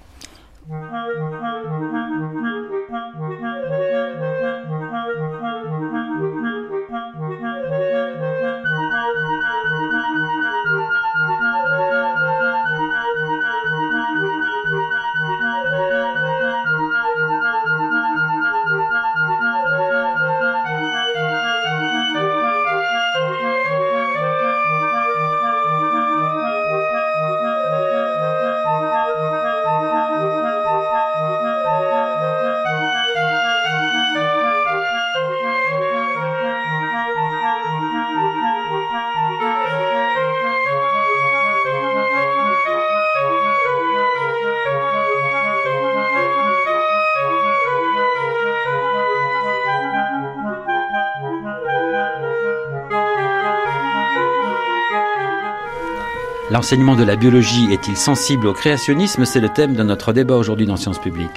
L'enseignement de la biologie est-il sensible au créationnisme ? C'est le thème de notre débat aujourd'hui dans Sciences Publiques.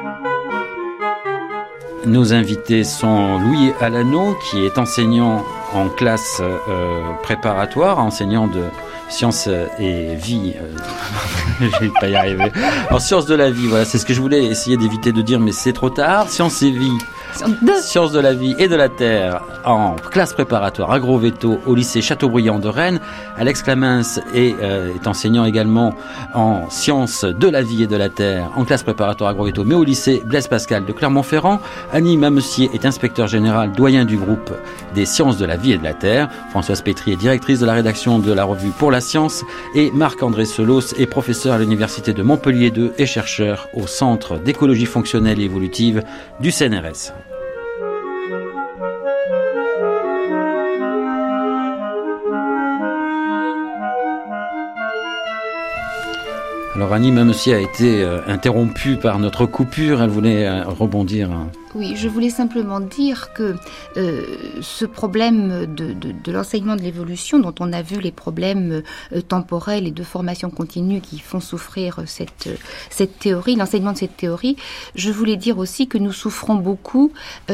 Nos invités sont Louis Alano, qui est enseignant en classe préparatoire, enseignant de sciences et vie. Je vais pas y arriver. En sciences de la vie, voilà, c'est ce que je voulais essayer d'éviter de dire, mais c'est trop tard. Sciences et vie. Sciences de la vie et de la terre en classe préparatoire à Gros-Véto au lycée Chateaubriand de Rennes. Alex Clamens est enseignant également en sciences de la vie et de la terre en classe préparatoire à Gros-Véto, mais au lycée Blaise Pascal de Clermont-Ferrand. Annie Mamessier est inspecteur général, doyen du groupe des sciences de la vie et de la terre. Françoise Pétry est directrice de la rédaction de la revue Pour la Science. Et Marc-André Selos est professeur à l'université de Montpellier 2 et chercheur au Centre d'écologie fonctionnelle et évolutive du CNRS. Alors Annie Mamessier a été interrompue par notre coupure, elle voulait rebondir. Oui, je voulais simplement dire que ce problème de l'enseignement de l'évolution, dont on a vu les problèmes temporels et de formation continue qui font souffrir cette théorie, l'enseignement de cette théorie, je voulais dire aussi que nous souffrons beaucoup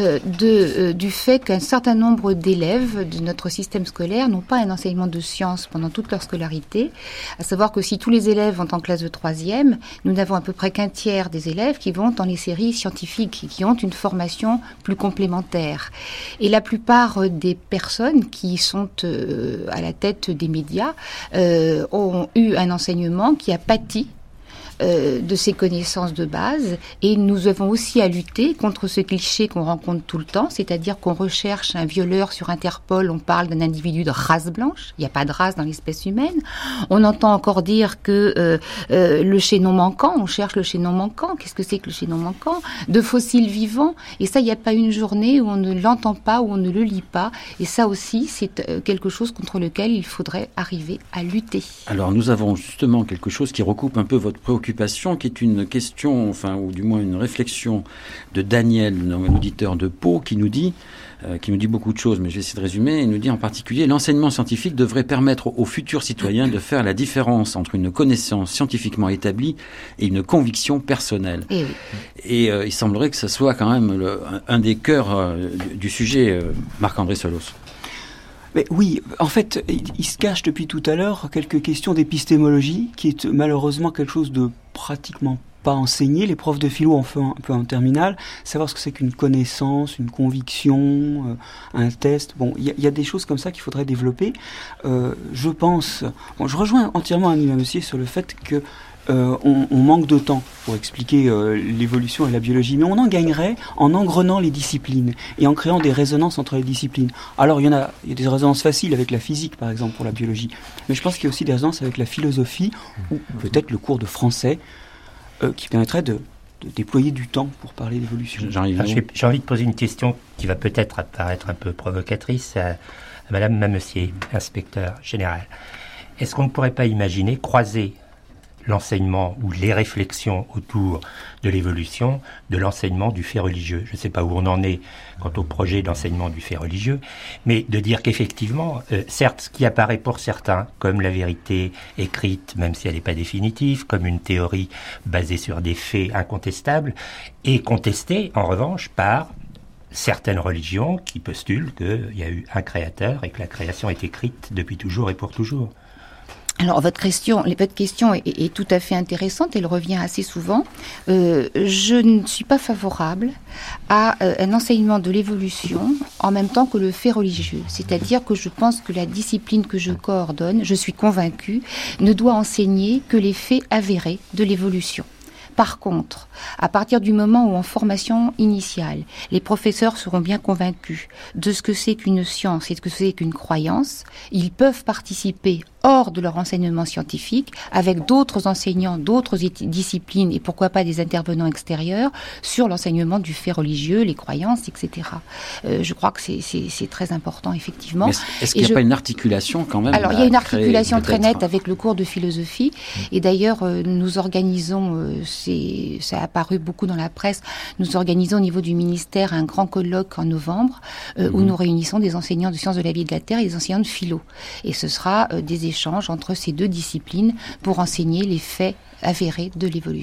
du fait qu'un certain nombre d'élèves de notre système scolaire n'ont pas un enseignement de sciences pendant toute leur scolarité, à savoir que si tous les élèves vont en classe de 3e, nous n'avons à peu près qu'un tiers des élèves qui vont dans les séries scientifiques et qui ont une formation plus complémentaire. Et la plupart des personnes qui sont à la tête des médias ont eu un enseignement qui a pâti de ces connaissances de base, et nous avons aussi à lutter contre ce cliché qu'on rencontre tout le temps, c'est-à-dire qu'on recherche un violeur sur Interpol, on parle d'un individu de race blanche, il n'y a pas de race dans l'espèce humaine. On entend encore dire que le chaînon manquant, on cherche le chaînon manquant, qu'est-ce que c'est que le chaînon manquant? De fossiles vivants, et ça, il n'y a pas une journée où on ne l'entend pas, où on ne le lit pas, et ça aussi, c'est quelque chose contre lequel il faudrait arriver à lutter. Alors nous avons justement quelque chose qui recoupe un peu votre préoccupation, qui est une question, enfin, ou du moins une réflexion de Daniel, un auditeur de Pau, qui nous dit beaucoup de choses, mais je vais essayer de résumer. Il nous dit en particulier: l'enseignement scientifique devrait permettre aux futurs citoyens de faire la différence entre une connaissance scientifiquement établie et une conviction personnelle. Et il semblerait que ce soit quand même un des cœurs du sujet, Marc-André Selos. Mais oui, en fait, il se cache depuis tout à l'heure quelques questions d'épistémologie, qui est malheureusement quelque chose de pratiquement pas enseigné. Les profs de philo en font un peu en terminale, savoir ce que c'est qu'une connaissance, une conviction, un test. Bon, il y a des choses comme ça qu'il faudrait développer. Je pense, je rejoins entièrement Annie Mamessier sur le fait que on manque de temps pour expliquer l'évolution et la biologie, mais on en gagnerait en engrenant les disciplines et en créant des résonances entre les disciplines. Alors il y a des résonances faciles avec la physique par exemple pour la biologie, mais je pense qu'il y a aussi des résonances avec la philosophie ou peut-être le cours de français qui permettrait de déployer du temps pour parler d'évolution. J'ai envie de poser une question qui va peut-être apparaître un peu provocatrice à Madame Mamessier, inspecteur général. Est-ce qu'on ne pourrait pas imaginer croiser l'enseignement ou les réflexions autour de l'évolution de l'enseignement du fait religieux? Je ne sais pas où on en est quant au projet d'enseignement du fait religieux, mais de dire qu'effectivement, certes, ce qui apparaît pour certains comme la vérité écrite, même si elle n'est pas définitive, comme une théorie basée sur des faits incontestables, est contesté, en revanche, par certaines religions qui postulent qu'il y a eu un créateur et que la création est écrite depuis toujours et pour toujours. Alors votre question est tout à fait intéressante, elle revient assez souvent. Je ne suis pas favorable à un enseignement de l'évolution en même temps que le fait religieux. C'est-à-dire que je pense que la discipline que je coordonne, je suis convaincue, ne doit enseigner que les faits avérés de l'évolution. Par contre, à partir du moment où en formation initiale, les professeurs seront bien convaincus de ce que c'est qu'une science et de ce que c'est qu'une croyance, ils peuvent participer hors de leur enseignement scientifique, avec d'autres enseignants, d'autres disciplines et pourquoi pas des intervenants extérieurs sur l'enseignement du fait religieux, les croyances, etc. Je crois que c'est très important, effectivement. Mais est-ce qu'il n'y a pas une articulation quand même? Alors, il y a une articulation très nette avec le cours de philosophie. Et d'ailleurs, nous organisons, ça a apparu beaucoup dans la presse, nous organisons au niveau du ministère un grand colloque en novembre où nous réunissons des enseignants de sciences de la vie et de la terre et des enseignants de philo. Et ce sera des échanges entre ces deux disciplines pour enseigner les faits avérés de l'évolution.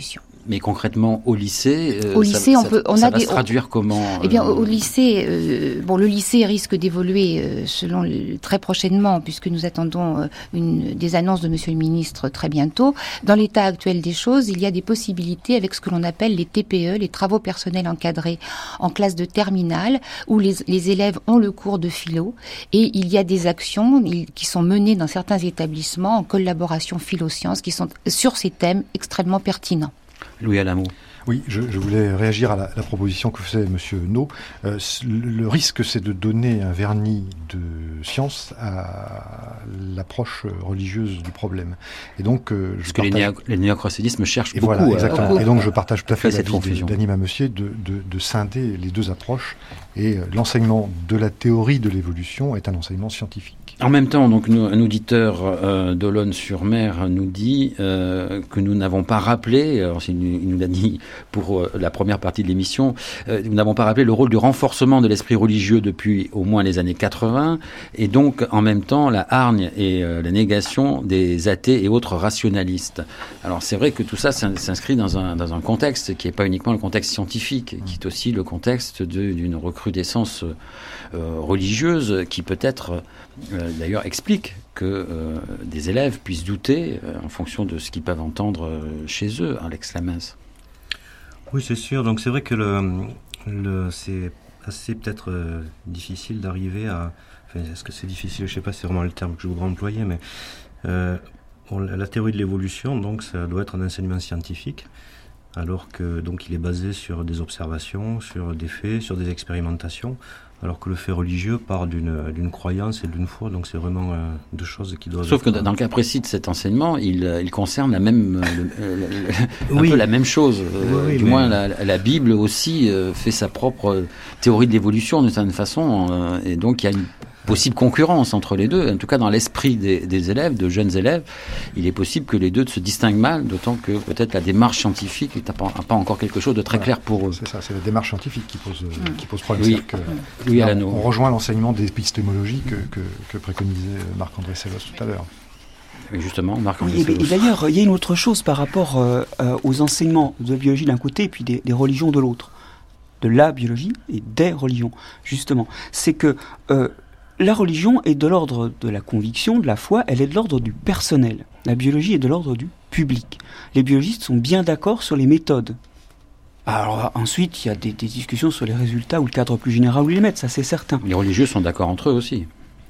Mais concrètement, au lycée, on va se traduire comment Eh bien, au lycée, le lycée risque d'évoluer très prochainement, puisque nous attendons des annonces de Monsieur le Ministre très bientôt. Dans l'état actuel des choses, il y a des possibilités avec ce que l'on appelle les TPE, les travaux personnels encadrés en classe de terminale, où les élèves ont le cours de philo, et il y a des actions qui sont menées dans certains établissements en collaboration philo-sciences qui sont sur ces thèmes extrêmement pertinents. Louis Alamou. Oui, je voulais réagir à la proposition que faisait Monsieur No. Le risque, c'est de donner un vernis de science à l'approche religieuse du problème. Et donc, parce que les néo-chrétiennismes cherchent beaucoup. Voilà, exactement. Et donc, je partage tout à fait cette l'avis d'Anima Messier de scinder les deux approches. Et l'enseignement de la théorie de l'évolution est un enseignement scientifique. En même temps, donc, un auditeur d'Olonne-sur-Mer nous dit que nous n'avons pas rappelé, il nous l'a dit pour la première partie de l'émission, nous n'avons pas rappelé le rôle du renforcement de l'esprit religieux depuis au moins les années 80, et donc en même temps la hargne et la négation des athées et autres rationalistes. Alors c'est vrai que tout ça s'inscrit dans un contexte qui n'est pas uniquement le contexte scientifique, qui est aussi le contexte d'une recrudescence religieuse qui peut-être d'ailleurs explique que des élèves puissent douter en fonction de ce qu'ils peuvent entendre chez eux, Alex Lamens. Oui, c'est sûr. Donc c'est vrai que c'est assez peut-être difficile d'arriver à... Enfin, est-ce que c'est difficile ? Je ne sais pas si c'est vraiment le terme que je voudrais employer, mais la théorie de l'évolution, donc ça doit être un enseignement scientifique, alors que donc il est basé sur des observations, sur des faits, sur des expérimentations, alors que le fait religieux part d'une croyance et d'une foi, donc c'est vraiment deux choses qui doivent... Sauf que dans le cas précis de cet enseignement, il concerne la même, peu la même chose. Du moins, la Bible aussi fait sa propre théorie de l'évolution d'une certaine façon, et donc il y a une possible concurrence entre les deux. En tout cas, dans l'esprit des élèves, de jeunes élèves, il est possible que les deux se distinguent mal, d'autant que peut-être la démarche scientifique n'a pas encore quelque chose de très clair pour eux. C'est ça, c'est la démarche scientifique qui pose problème. Oui, on rejoint l'enseignement d'épistémologie que préconisait Marc-André Sellos tout à l'heure. Et justement, Marc-André Sellos. Et d'ailleurs, il y a une autre chose par rapport aux enseignements de la biologie d'un côté et puis des religions de l'autre. De la biologie et des religions, justement. C'est que la religion est de l'ordre de la conviction, de la foi, elle est de l'ordre du personnel. La biologie est de l'ordre du public. Les biologistes sont bien d'accord sur les méthodes. Alors ensuite, il y a des discussions sur les résultats ou le cadre plus général où ils les mettent, ça c'est certain. Les religieux sont d'accord entre eux aussi.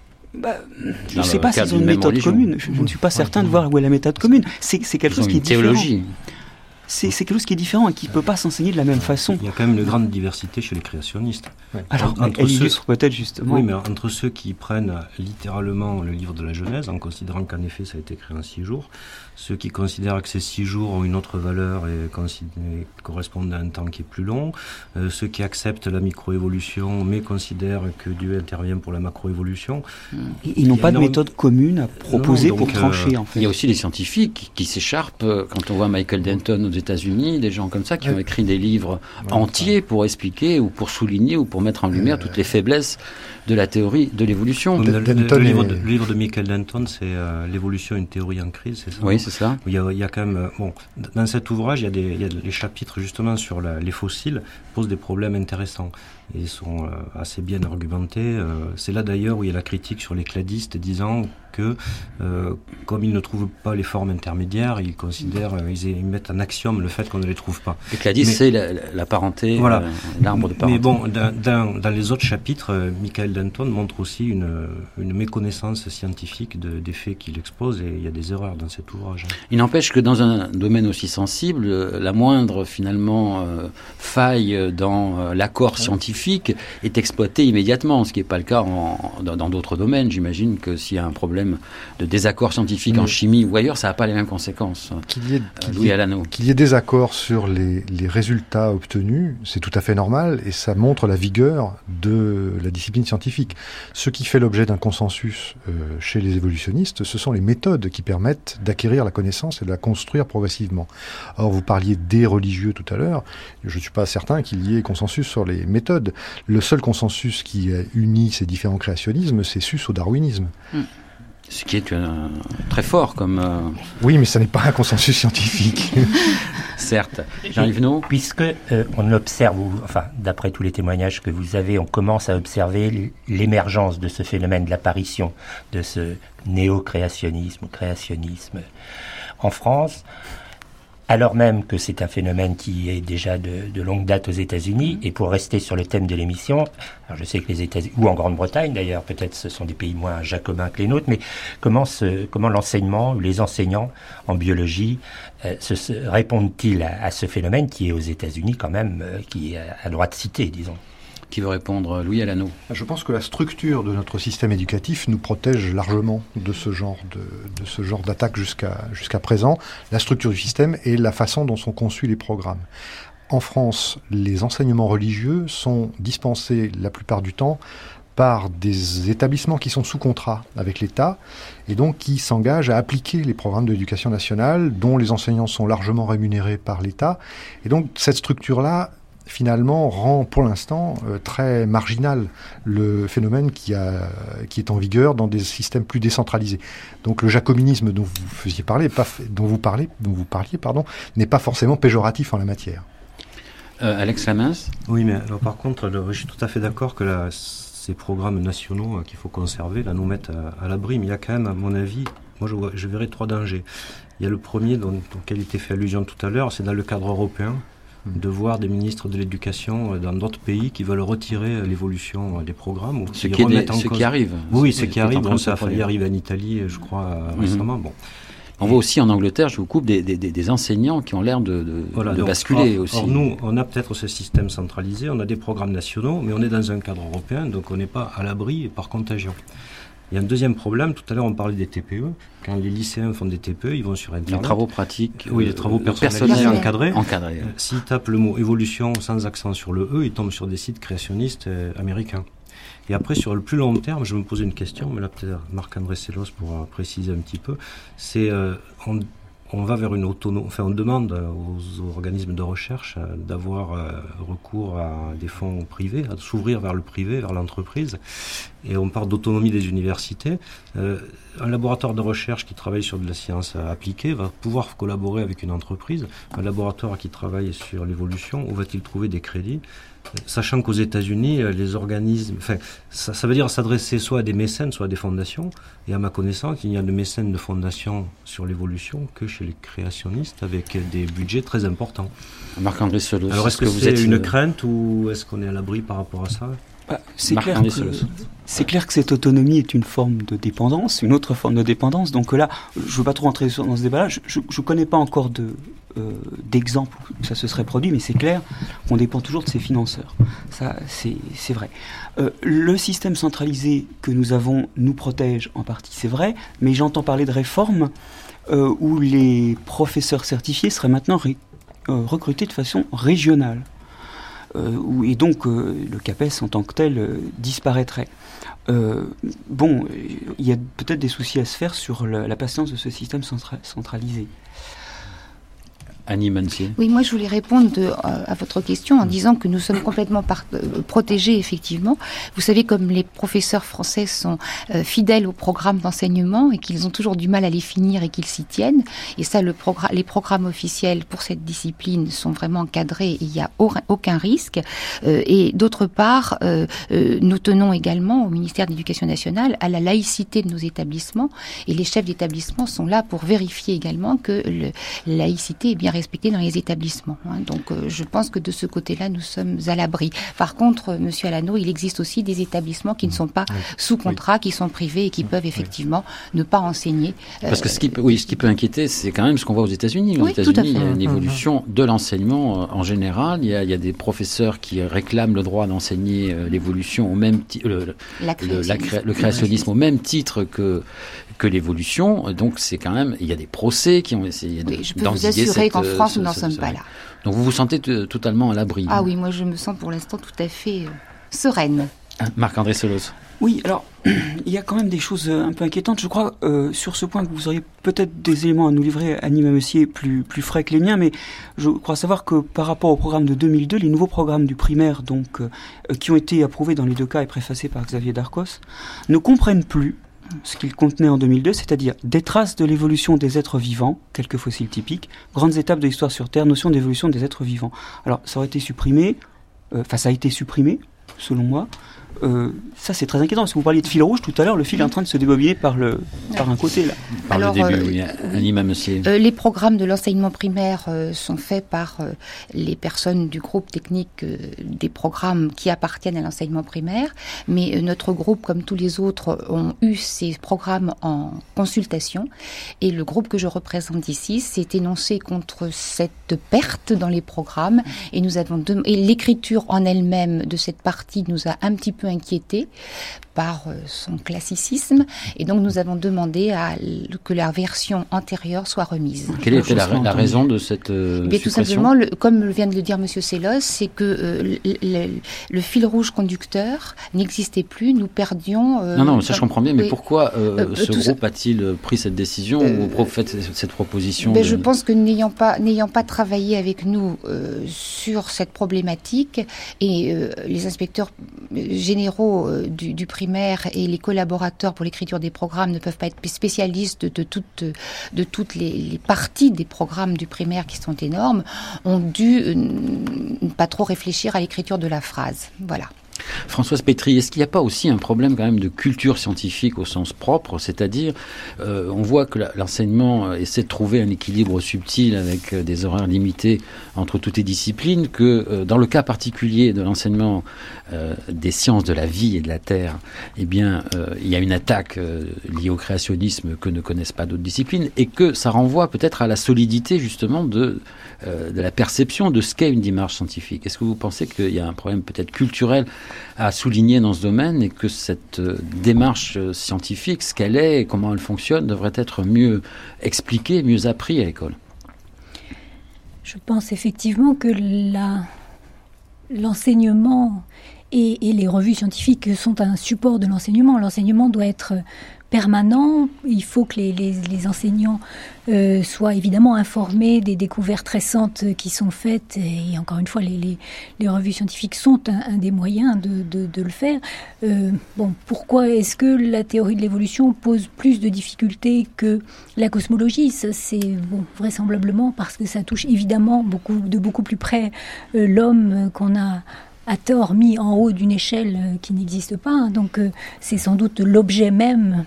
Je ne sais pas s'ils ont une méthode commune. Je ne suis pas certain de voir où est la méthode commune. C'est quelque chose qui est différent. Théologie. C'est quelque chose qui est différent et qui ne peut pas s'enseigner de la même façon. Il y a quand même une grande diversité chez les créationnistes. Ouais. Alors, elle illustre peut-être justement... Oui, mais entre ceux qui prennent littéralement le livre de la Genèse, en considérant qu'en effet ça a été créé en 6 jours, ceux qui considèrent que ces 6 jours ont une autre valeur et correspondent à un temps qui est plus long, ceux qui acceptent la microévolution mais considèrent que Dieu intervient pour la macroévolution. Ils n'ont pas de méthode commune à proposer pour trancher, en fait. Il y a aussi les scientifiques qui s'écharpent quand on voit Michael Denton aux États-Unis, des gens comme ça qui ont écrit des livres entiers pour expliquer ou pour souligner ou pour mettre en lumière toutes les faiblesses de la théorie de l'évolution. Le livre de Michael Denton, c'est l'évolution, une théorie en crise, c'est ça? Oui, c'est ça. Il y a quand même, dans cet ouvrage, il y a les chapitres justement sur les fossiles posent des problèmes intéressants et ils sont assez bien argumentés. C'est là d'ailleurs où il y a la critique sur les cladistes disant que comme ils ne trouvent pas les formes intermédiaires, ils considèrent, ils mettent en axiome le fait qu'on ne les trouve pas. Les cladistes, c'est la parenté, voilà. L'arbre de parenté. Mais bon, dans les autres chapitres, Michael Denton montre aussi une méconnaissance scientifique des faits qu'il expose et il y a des erreurs dans cet ouvrage. Il n'empêche que dans un domaine aussi sensible, la moindre finalement faille dans l'accord scientifique est exploitée immédiatement, ce qui n'est pas le cas dans d'autres domaines. J'imagine que s'il y a un problème de désaccord scientifique en chimie ou ailleurs, ça n'a pas les mêmes conséquences. Louis Alano. Qu'il y ait des accords sur les résultats obtenus, c'est tout à fait normal et ça montre la vigueur de la discipline scientifique. Ce qui fait l'objet d'un consensus chez les évolutionnistes, ce sont les méthodes qui permettent d'acquérir la connaissance et de la construire progressivement. Or, vous parliez des religieux tout à l'heure, je ne suis pas certain qu'il y ait consensus sur les méthodes. Le seul consensus qui unit ces différents créationnismes, c'est sus au darwinisme. Ce qui est très fort comme... Oui, mais ça n'est pas un consensus scientifique. Certes. Jean-Yves Naud ? Puisque on observe, d'après tous les témoignages que vous avez, on commence à observer l'émergence de ce phénomène de l'apparition de ce néo-créationnisme, créationnisme en France, alors même que c'est un phénomène qui est déjà de longue date aux États-Unis. Et pour rester sur le thème de l'émission, alors je sais que les États-Unis, ou en Grande-Bretagne d'ailleurs, peut-être ce sont des pays moins jacobins que les nôtres, mais comment l'enseignement, ou les enseignants en biologie répondent-ils à ce phénomène qui est aux États-Unis quand même, qui est à droit de cité, disons? Qui veut répondre? Louis Alano. Je pense que la structure de notre système éducatif nous protège largement de ce genre d'attaque jusqu'à présent. La structure du système et la façon dont sont conçus les programmes. En France, les enseignements religieux sont dispensés la plupart du temps par des établissements qui sont sous contrat avec l'État et donc qui s'engagent à appliquer les programmes de l'éducation nationale dont les enseignants sont largement rémunérés par l'État. Et donc cette structure-là finalement rend pour l'instant très marginal le phénomène qui est en vigueur dans des systèmes plus décentralisés. Donc le jacobinisme dont vous parliez, n'est pas forcément péjoratif en la matière. Alex Lamens ? Oui, mais alors, par contre, je suis tout à fait d'accord que ces programmes nationaux qu'il faut conserver, là, nous mettent à l'abri, mais il y a quand même, à mon avis, moi je verrais 3 dangers. Il y a le premier, auquel était fait allusion tout à l'heure, c'est dans le cadre européen, de voir des ministres de l'éducation dans d'autres pays qui veulent retirer l'évolution des programmes. Ou ce qui arrive. Oui, ce qui arrive. Ça a failli arriver en Italie, je crois, récemment. Bon. On voit aussi en Angleterre, je vous coupe, des enseignants qui ont l'air de basculer aussi. Or, nous, on a peut-être ce système centralisé, on a des programmes nationaux, mais on est dans un cadre européen, donc on n'est pas à l'abri par contagion. Il y a un deuxième problème, tout à l'heure on parlait des TPE. Quand les lycéens font des TPE, ils vont sur Internet. Les travaux pratiques. Oui, les travaux personnels encadrés. Encadrés. S'ils tapent le mot évolution sans accent sur le E, ils tombent sur des sites créationnistes américains. Et après, sur le plus long terme, je me posais une question, mais là peut-être Marc-André Sellos pourra préciser un petit peu. C'est on va vers une autonomie, on demande aux organismes de recherche d'avoir recours à des fonds privés, à s'ouvrir vers le privé, vers l'entreprise, et on parle d'autonomie des universités. Un laboratoire de recherche qui travaille sur de la science appliquée va pouvoir collaborer avec une entreprise. Un laboratoire qui travaille sur l'évolution, où va-t-il trouver des crédits ? Sachant qu'aux États-Unis, les organismes, ça veut dire s'adresser soit à des mécènes, soit à des fondations. Et à ma connaissance, il n'y a de mécènes de fondations sur l'évolution que chez les créationnistes, avec des budgets très importants. Marc-André Sellos. Alors est-ce que c'est une crainte ou est-ce qu'on est à l'abri par rapport à ça ? C'est clair que cette autonomie est une forme de dépendance, une autre forme de dépendance. Donc là, je ne veux pas trop entrer dans ce débat-là. Je ne connais pas encore d'exemples où ça se serait produit, mais c'est clair qu'on dépend toujours de ses financeurs. Ça, c'est vrai. Le système centralisé que nous avons nous protège en partie, c'est vrai, mais j'entends parler de réformes où les professeurs certifiés seraient maintenant recrutés de façon régionale. Et donc le CAPES en tant que tel disparaîtrait. Il y a peut-être des soucis à se faire sur la patience de ce système centralisé. Annie Mancier. Oui, moi je voulais répondre à votre question en disant que nous sommes complètement protégés, effectivement. Vous savez, comme les professeurs français sont fidèles au programme d'enseignement et qu'ils ont toujours du mal à les finir et qu'ils s'y tiennent, et ça, les programmes officiels pour cette discipline sont vraiment encadrés et il n'y a aucun risque. Et d'autre part, nous tenons également au ministère de l'Éducation nationale à la laïcité de nos établissements, et les chefs d'établissement sont là pour vérifier également que la laïcité est bien respectée dans les établissements. Donc je pense que de ce côté-là, nous sommes à l'abri. Par contre, Monsieur Alano, il existe aussi des établissements qui ne sont pas sous contrat, qui sont privés et qui peuvent effectivement ne pas enseigner. Parce que ce qui peut inquiéter, c'est quand même ce qu'on voit aux États-Unis. Aux États-Unis, il y a une évolution de l'enseignement en général. Il y a des professeurs qui réclament le droit d'enseigner l'évolution au même le créationnisme au même titre que l'évolution. Donc c'est quand même, il y a des procès qui ont essayé d'endiguer je peux vous assurer qu'en France, nous n'en sommes pas là. Donc vous vous sentez totalement à l'abri. Ah oui, moi je me sens pour l'instant tout à fait sereine. Marc-André Sellos. Oui, alors il y a quand même des choses un peu inquiétantes. Je crois sur ce point que vous auriez peut-être des éléments à nous livrer, Annie Mancier, plus frais que les miens, mais je crois savoir que par rapport au programme de 2002, les nouveaux programmes du primaire, donc qui ont été approuvés dans les deux cas et préfacés par Xavier Darcos, ne comprennent plus ce qu'il contenait en 2002, c'est-à-dire des traces de l'évolution des êtres vivants, quelques fossiles typiques, grandes étapes de l'histoire sur Terre, notion d'évolution des êtres vivants. Alors, ça aurait été supprimé, ça a été supprimé, selon moi. Ça, c'est très inquiétant, parce que vous parliez de fil rouge tout à l'heure, le fil est en train de se débobiner par un côté, là. Par le début, oui, Anima Messier. Les programmes de l'enseignement primaire sont faits par les personnes du groupe technique des programmes qui appartiennent à l'enseignement primaire, mais notre groupe, comme tous les autres, ont eu ces programmes en consultation, et le groupe que je représente ici s'est énoncé contre cette perte dans les programmes, et et l'écriture en elle-même de cette partie nous a un petit peu inquiétés par son classicisme, et donc nous avons demandé que la version antérieure soit remise. Quelle était la raison de cette suppression ? Tout simplement, comme vient de le dire Monsieur Sellos, c'est que le fil rouge conducteur n'existait plus, nous perdions... non, ça je comprends bien, mais pourquoi ce groupe a-t-il pris cette décision ou fait cette proposition Je pense que n'ayant pas travaillé avec nous sur cette problématique, et les inspecteurs généraux du primaire et les collaborateurs pour l'écriture des programmes ne peuvent pas être spécialistes de toutes les parties des programmes du primaire qui sont énormes, ont dû ne pas trop réfléchir à l'écriture de la phrase. Voilà. Françoise Pétry, est-ce qu'il n'y a pas aussi un problème quand même de culture scientifique au sens propre, c'est-à-dire on voit que l'enseignement essaie de trouver un équilibre subtil avec des horaires limités entre toutes les disciplines, que dans le cas particulier de l'enseignement des sciences de la vie et de la terre, eh bien il y a une attaque liée au créationnisme que ne connaissent pas d'autres disciplines, et que ça renvoie peut-être à la solidité justement de la perception de ce qu'est une démarche scientifique. Est-ce que vous pensez qu'il y a un problème peut-être culturel à souligner dans ce domaine, et que cette démarche scientifique, ce qu'elle est et comment elle fonctionne, devrait être mieux expliquée, mieux appris à l'école? Je pense effectivement que l'enseignement et les revues scientifiques sont un support de l'enseignement. L'enseignement doit être permanent. Il faut que les enseignants soient évidemment informés des découvertes récentes qui sont faites. Et encore une fois, les revues scientifiques sont un des moyens de le faire. Pourquoi est-ce que la théorie de l'évolution pose plus de difficultés que la cosmologie? Ça, c'est vraisemblablement parce que ça touche évidemment de beaucoup plus près l'homme qu'on a à tort mis en haut d'une échelle qui n'existe pas. Donc c'est sans doute l'objet même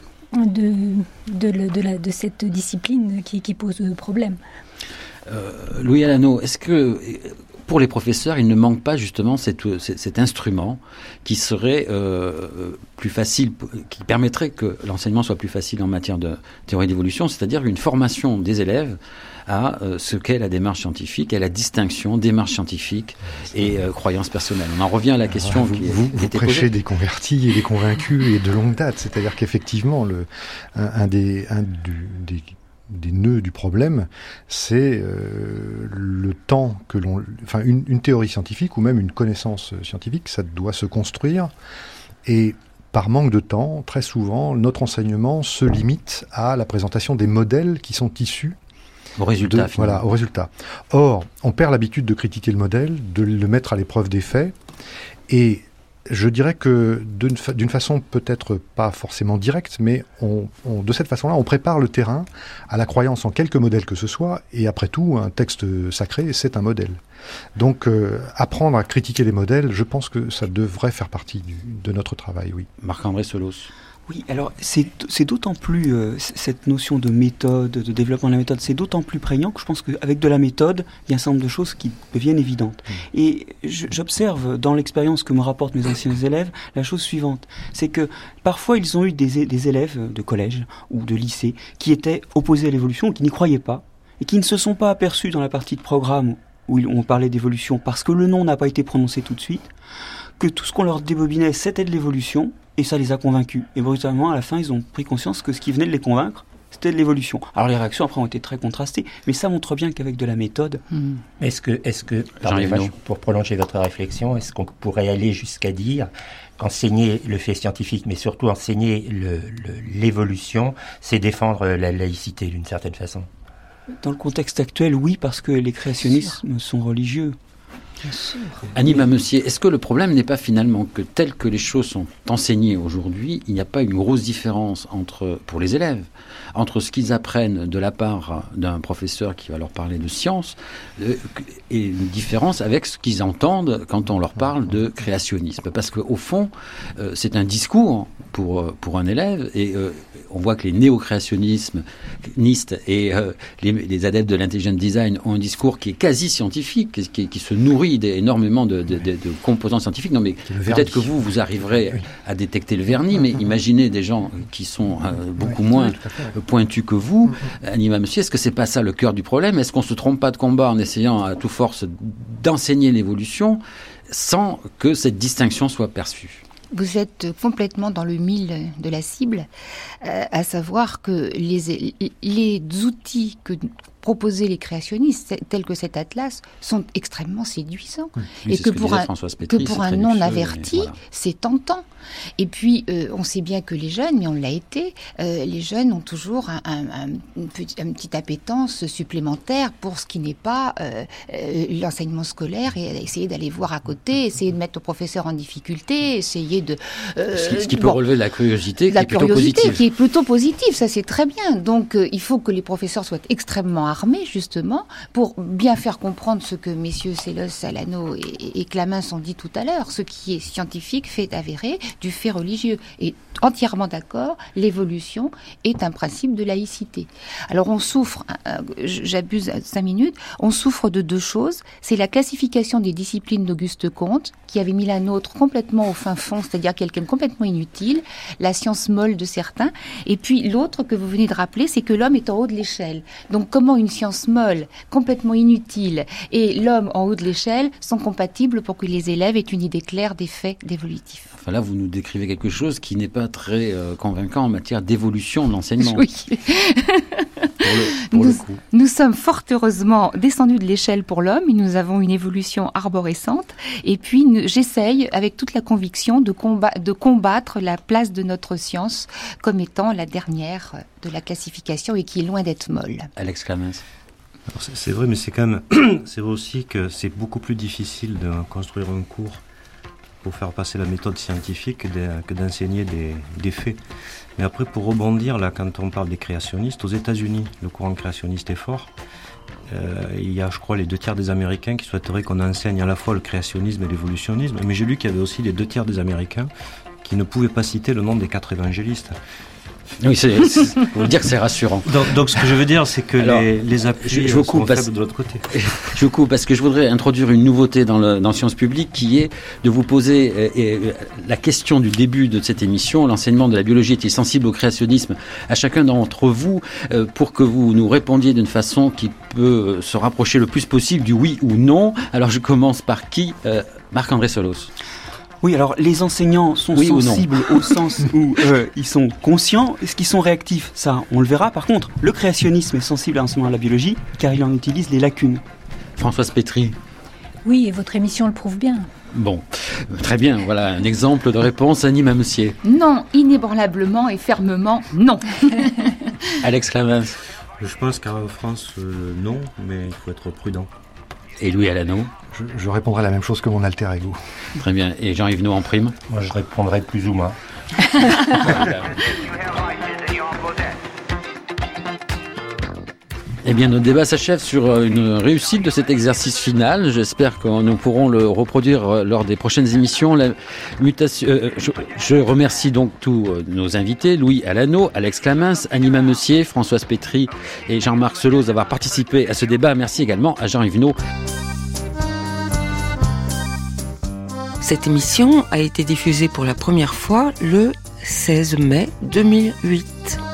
de cette discipline qui pose problème. Louis Alano, est-ce que pour les professeurs, il ne manque pas justement cet instrument qui serait plus facile, qui permettrait que l'enseignement soit plus facile en matière de théorie d'évolution, c'est-à-dire une formation des élèves à ce qu'est la démarche scientifique, à la distinction démarche scientifique et croyance personnelle. On en revient à la question qui était posée. Vous prêchez des convertis et des convaincus et de longue date, c'est-à-dire qu'effectivement, un des nœuds du problème, c'est le temps que une théorie scientifique ou même une connaissance scientifique, ça doit se construire, et par manque de temps, très souvent, notre enseignement se limite à la présentation des modèles qui sont issus au résultat. Au résultat. Or, on perd l'habitude de critiquer le modèle, de le mettre à l'épreuve des faits, et je dirais que d'une façon peut-être pas forcément directe, mais de cette façon-là, on prépare le terrain à la croyance en quelque modèle que ce soit, et après tout, un texte sacré, c'est un modèle. Donc, apprendre à critiquer les modèles, je pense que ça devrait faire partie de notre travail, oui. Marc-André Sellos. Oui, alors c'est d'autant plus, cette notion de méthode, de développement de la méthode, c'est d'autant plus prégnant que je pense qu'avec de la méthode, il y a un certain nombre de choses qui deviennent évidentes. Et j'observe dans l'expérience que me rapportent mes anciens élèves la chose suivante, c'est que parfois ils ont eu des élèves de collège ou de lycée qui étaient opposés à l'évolution, qui n'y croyaient pas, et qui ne se sont pas aperçus dans la partie de programme où on parlait d'évolution, parce que le nom n'a pas été prononcé tout de suite, que tout ce qu'on leur débobinait, c'était de l'évolution, et ça les a convaincus. Et brutalement, à la fin, ils ont pris conscience que ce qui venait de les convaincre, c'était de l'évolution. Alors les réactions après ont été très contrastées, mais ça montre bien qu'avec de la méthode... Est-ce que pour prolonger votre réflexion, est-ce qu'on pourrait aller jusqu'à dire qu'enseigner le fait scientifique, mais surtout enseigner l'évolution, c'est défendre la laïcité d'une certaine façon? Dans le contexte actuel, oui, parce que les créationnismes sont religieux. Bien sûr. Anima Messier, est-ce que le problème n'est pas finalement que tel que les choses sont enseignées aujourd'hui, il n'y a pas une grosse différence pour les élèves, entre ce qu'ils apprennent de la part d'un professeur qui va leur parler de science et une différence avec ce qu'ils entendent quand on leur parle de créationnisme? Parce qu'au fond, c'est un discours pour un élève et on voit que les néo-créationnistes et les adeptes de l'intelligent design ont un discours qui est quasi scientifique, qui se nourrit énormément de composants scientifiques. Non, mais peut-être que vous arriverez à détecter le vernis, mais imaginez des gens qui sont beaucoup moins pointus que vous. Anima Messier, est-ce que c'est pas ça le cœur du problème? Est-ce qu'on se trompe pas de combat en essayant à toute force d'enseigner l'évolution sans que cette distinction soit perçue? Vous êtes complètement dans le mille de la cible, à savoir que les outils que proposaient les créationnistes, tels que cet atlas, sont extrêmement séduisants. Oui, et que pour un non-averti, voilà, c'est tentant. Et puis, on sait bien que les jeunes, mais on l'a été, les jeunes ont toujours une petite appétence supplémentaire pour ce qui n'est pas l'enseignement scolaire, et essayer d'aller voir à côté, essayer de mettre le professeur en difficulté, essayer de... ce qui peut relever de la curiosité, qui est plutôt positive. Ça c'est très bien. Donc, il faut que les professeurs soient extrêmement armés, justement, pour bien faire comprendre ce que messieurs Sellos, Alano et Clamens ont dit tout à l'heure, ce qui est scientifique, fait avéré, du fait religieux. Et entièrement d'accord, l'évolution est un principe de laïcité. Alors on souffre, j'abuse 5 minutes, on souffre de deux choses. C'est la classification des disciplines d'Auguste Comte, qui avait mis la nôtre complètement au fin fond, c'est-à-dire quelqu'un complètement inutile, la science molle de certains. Et puis l'autre que vous venez de rappeler, c'est que l'homme est en haut de l'échelle. Donc comment une science molle, complètement inutile, et l'homme en haut de l'échelle sont compatibles pour que les élèves aient une idée claire des faits d'évolutif? Enfin là, vous nous décrivez quelque chose qui n'est pas très convaincant en matière d'évolution de l'enseignement. Oui. Nous sommes fort heureusement descendus de l'échelle pour l'homme et nous avons une évolution arborescente. Et puis j'essaye, avec toute la conviction, de combattre la place de notre science comme étant la dernière de la classification et qui est loin d'être molle. Alex Clamens. C'est vrai, mais c'est quand même, c'est vrai aussi que c'est beaucoup plus difficile de construire un cours pour faire passer la méthode scientifique que d'enseigner des faits. Mais après, pour rebondir, là, quand on parle des créationnistes, aux États-Unis, le courant créationniste est fort. Il y a, je crois, les 2/3 des Américains qui souhaiteraient qu'on enseigne à la fois le créationnisme et l'évolutionnisme. Mais j'ai lu qu'il y avait aussi les 2/3 des Américains qui ne pouvaient pas citer le nom des 4 évangélistes. Oui, faut dire que c'est rassurant. Donc, ce que je veux dire, c'est que les appuis sont faibles de l'autre côté. Je vous coupe parce que je voudrais introduire une nouveauté dans Sciences Publiques qui est de vous poser la question du début de cette émission. L'enseignement de la biologie est-il sensible au créationnisme? À chacun d'entre vous, pour que vous nous répondiez d'une façon qui peut se rapprocher le plus possible du oui ou non. Alors, je commence par qui? Marc-André Sellos. Oui, alors les enseignants sont sensibles au sens où ils sont conscients. Est-ce qu'ils sont réactifs? Ça, on le verra. Par contre, le créationnisme est sensible à l'enseignement de la biologie car il en utilise les lacunes. Françoise Pétry. Oui, et votre émission le prouve bien. Bon, très bien. Voilà un exemple de réponse. Anima Messier. Non, inébranlablement et fermement, non. Alex Clamens. Je pense qu'en France, non, mais il faut être prudent. Et Louis Alano? Je répondrai la même chose que mon alter ego. Très bien. Et Jean-Yves en prime? Moi, je répondrai plus ou moins. Eh bien, notre débat s'achève sur une réussite de cet exercice final. J'espère que nous pourrons le reproduire lors des prochaines émissions. Je remercie donc tous nos invités, Louis Alano, Alex Clamens, Anima Messier, Françoise Pétry et Jean-Marc Sellos d'avoir participé à ce débat. Merci également à Jean Yvenot. Cette émission a été diffusée pour la première fois le 16 mai 2008.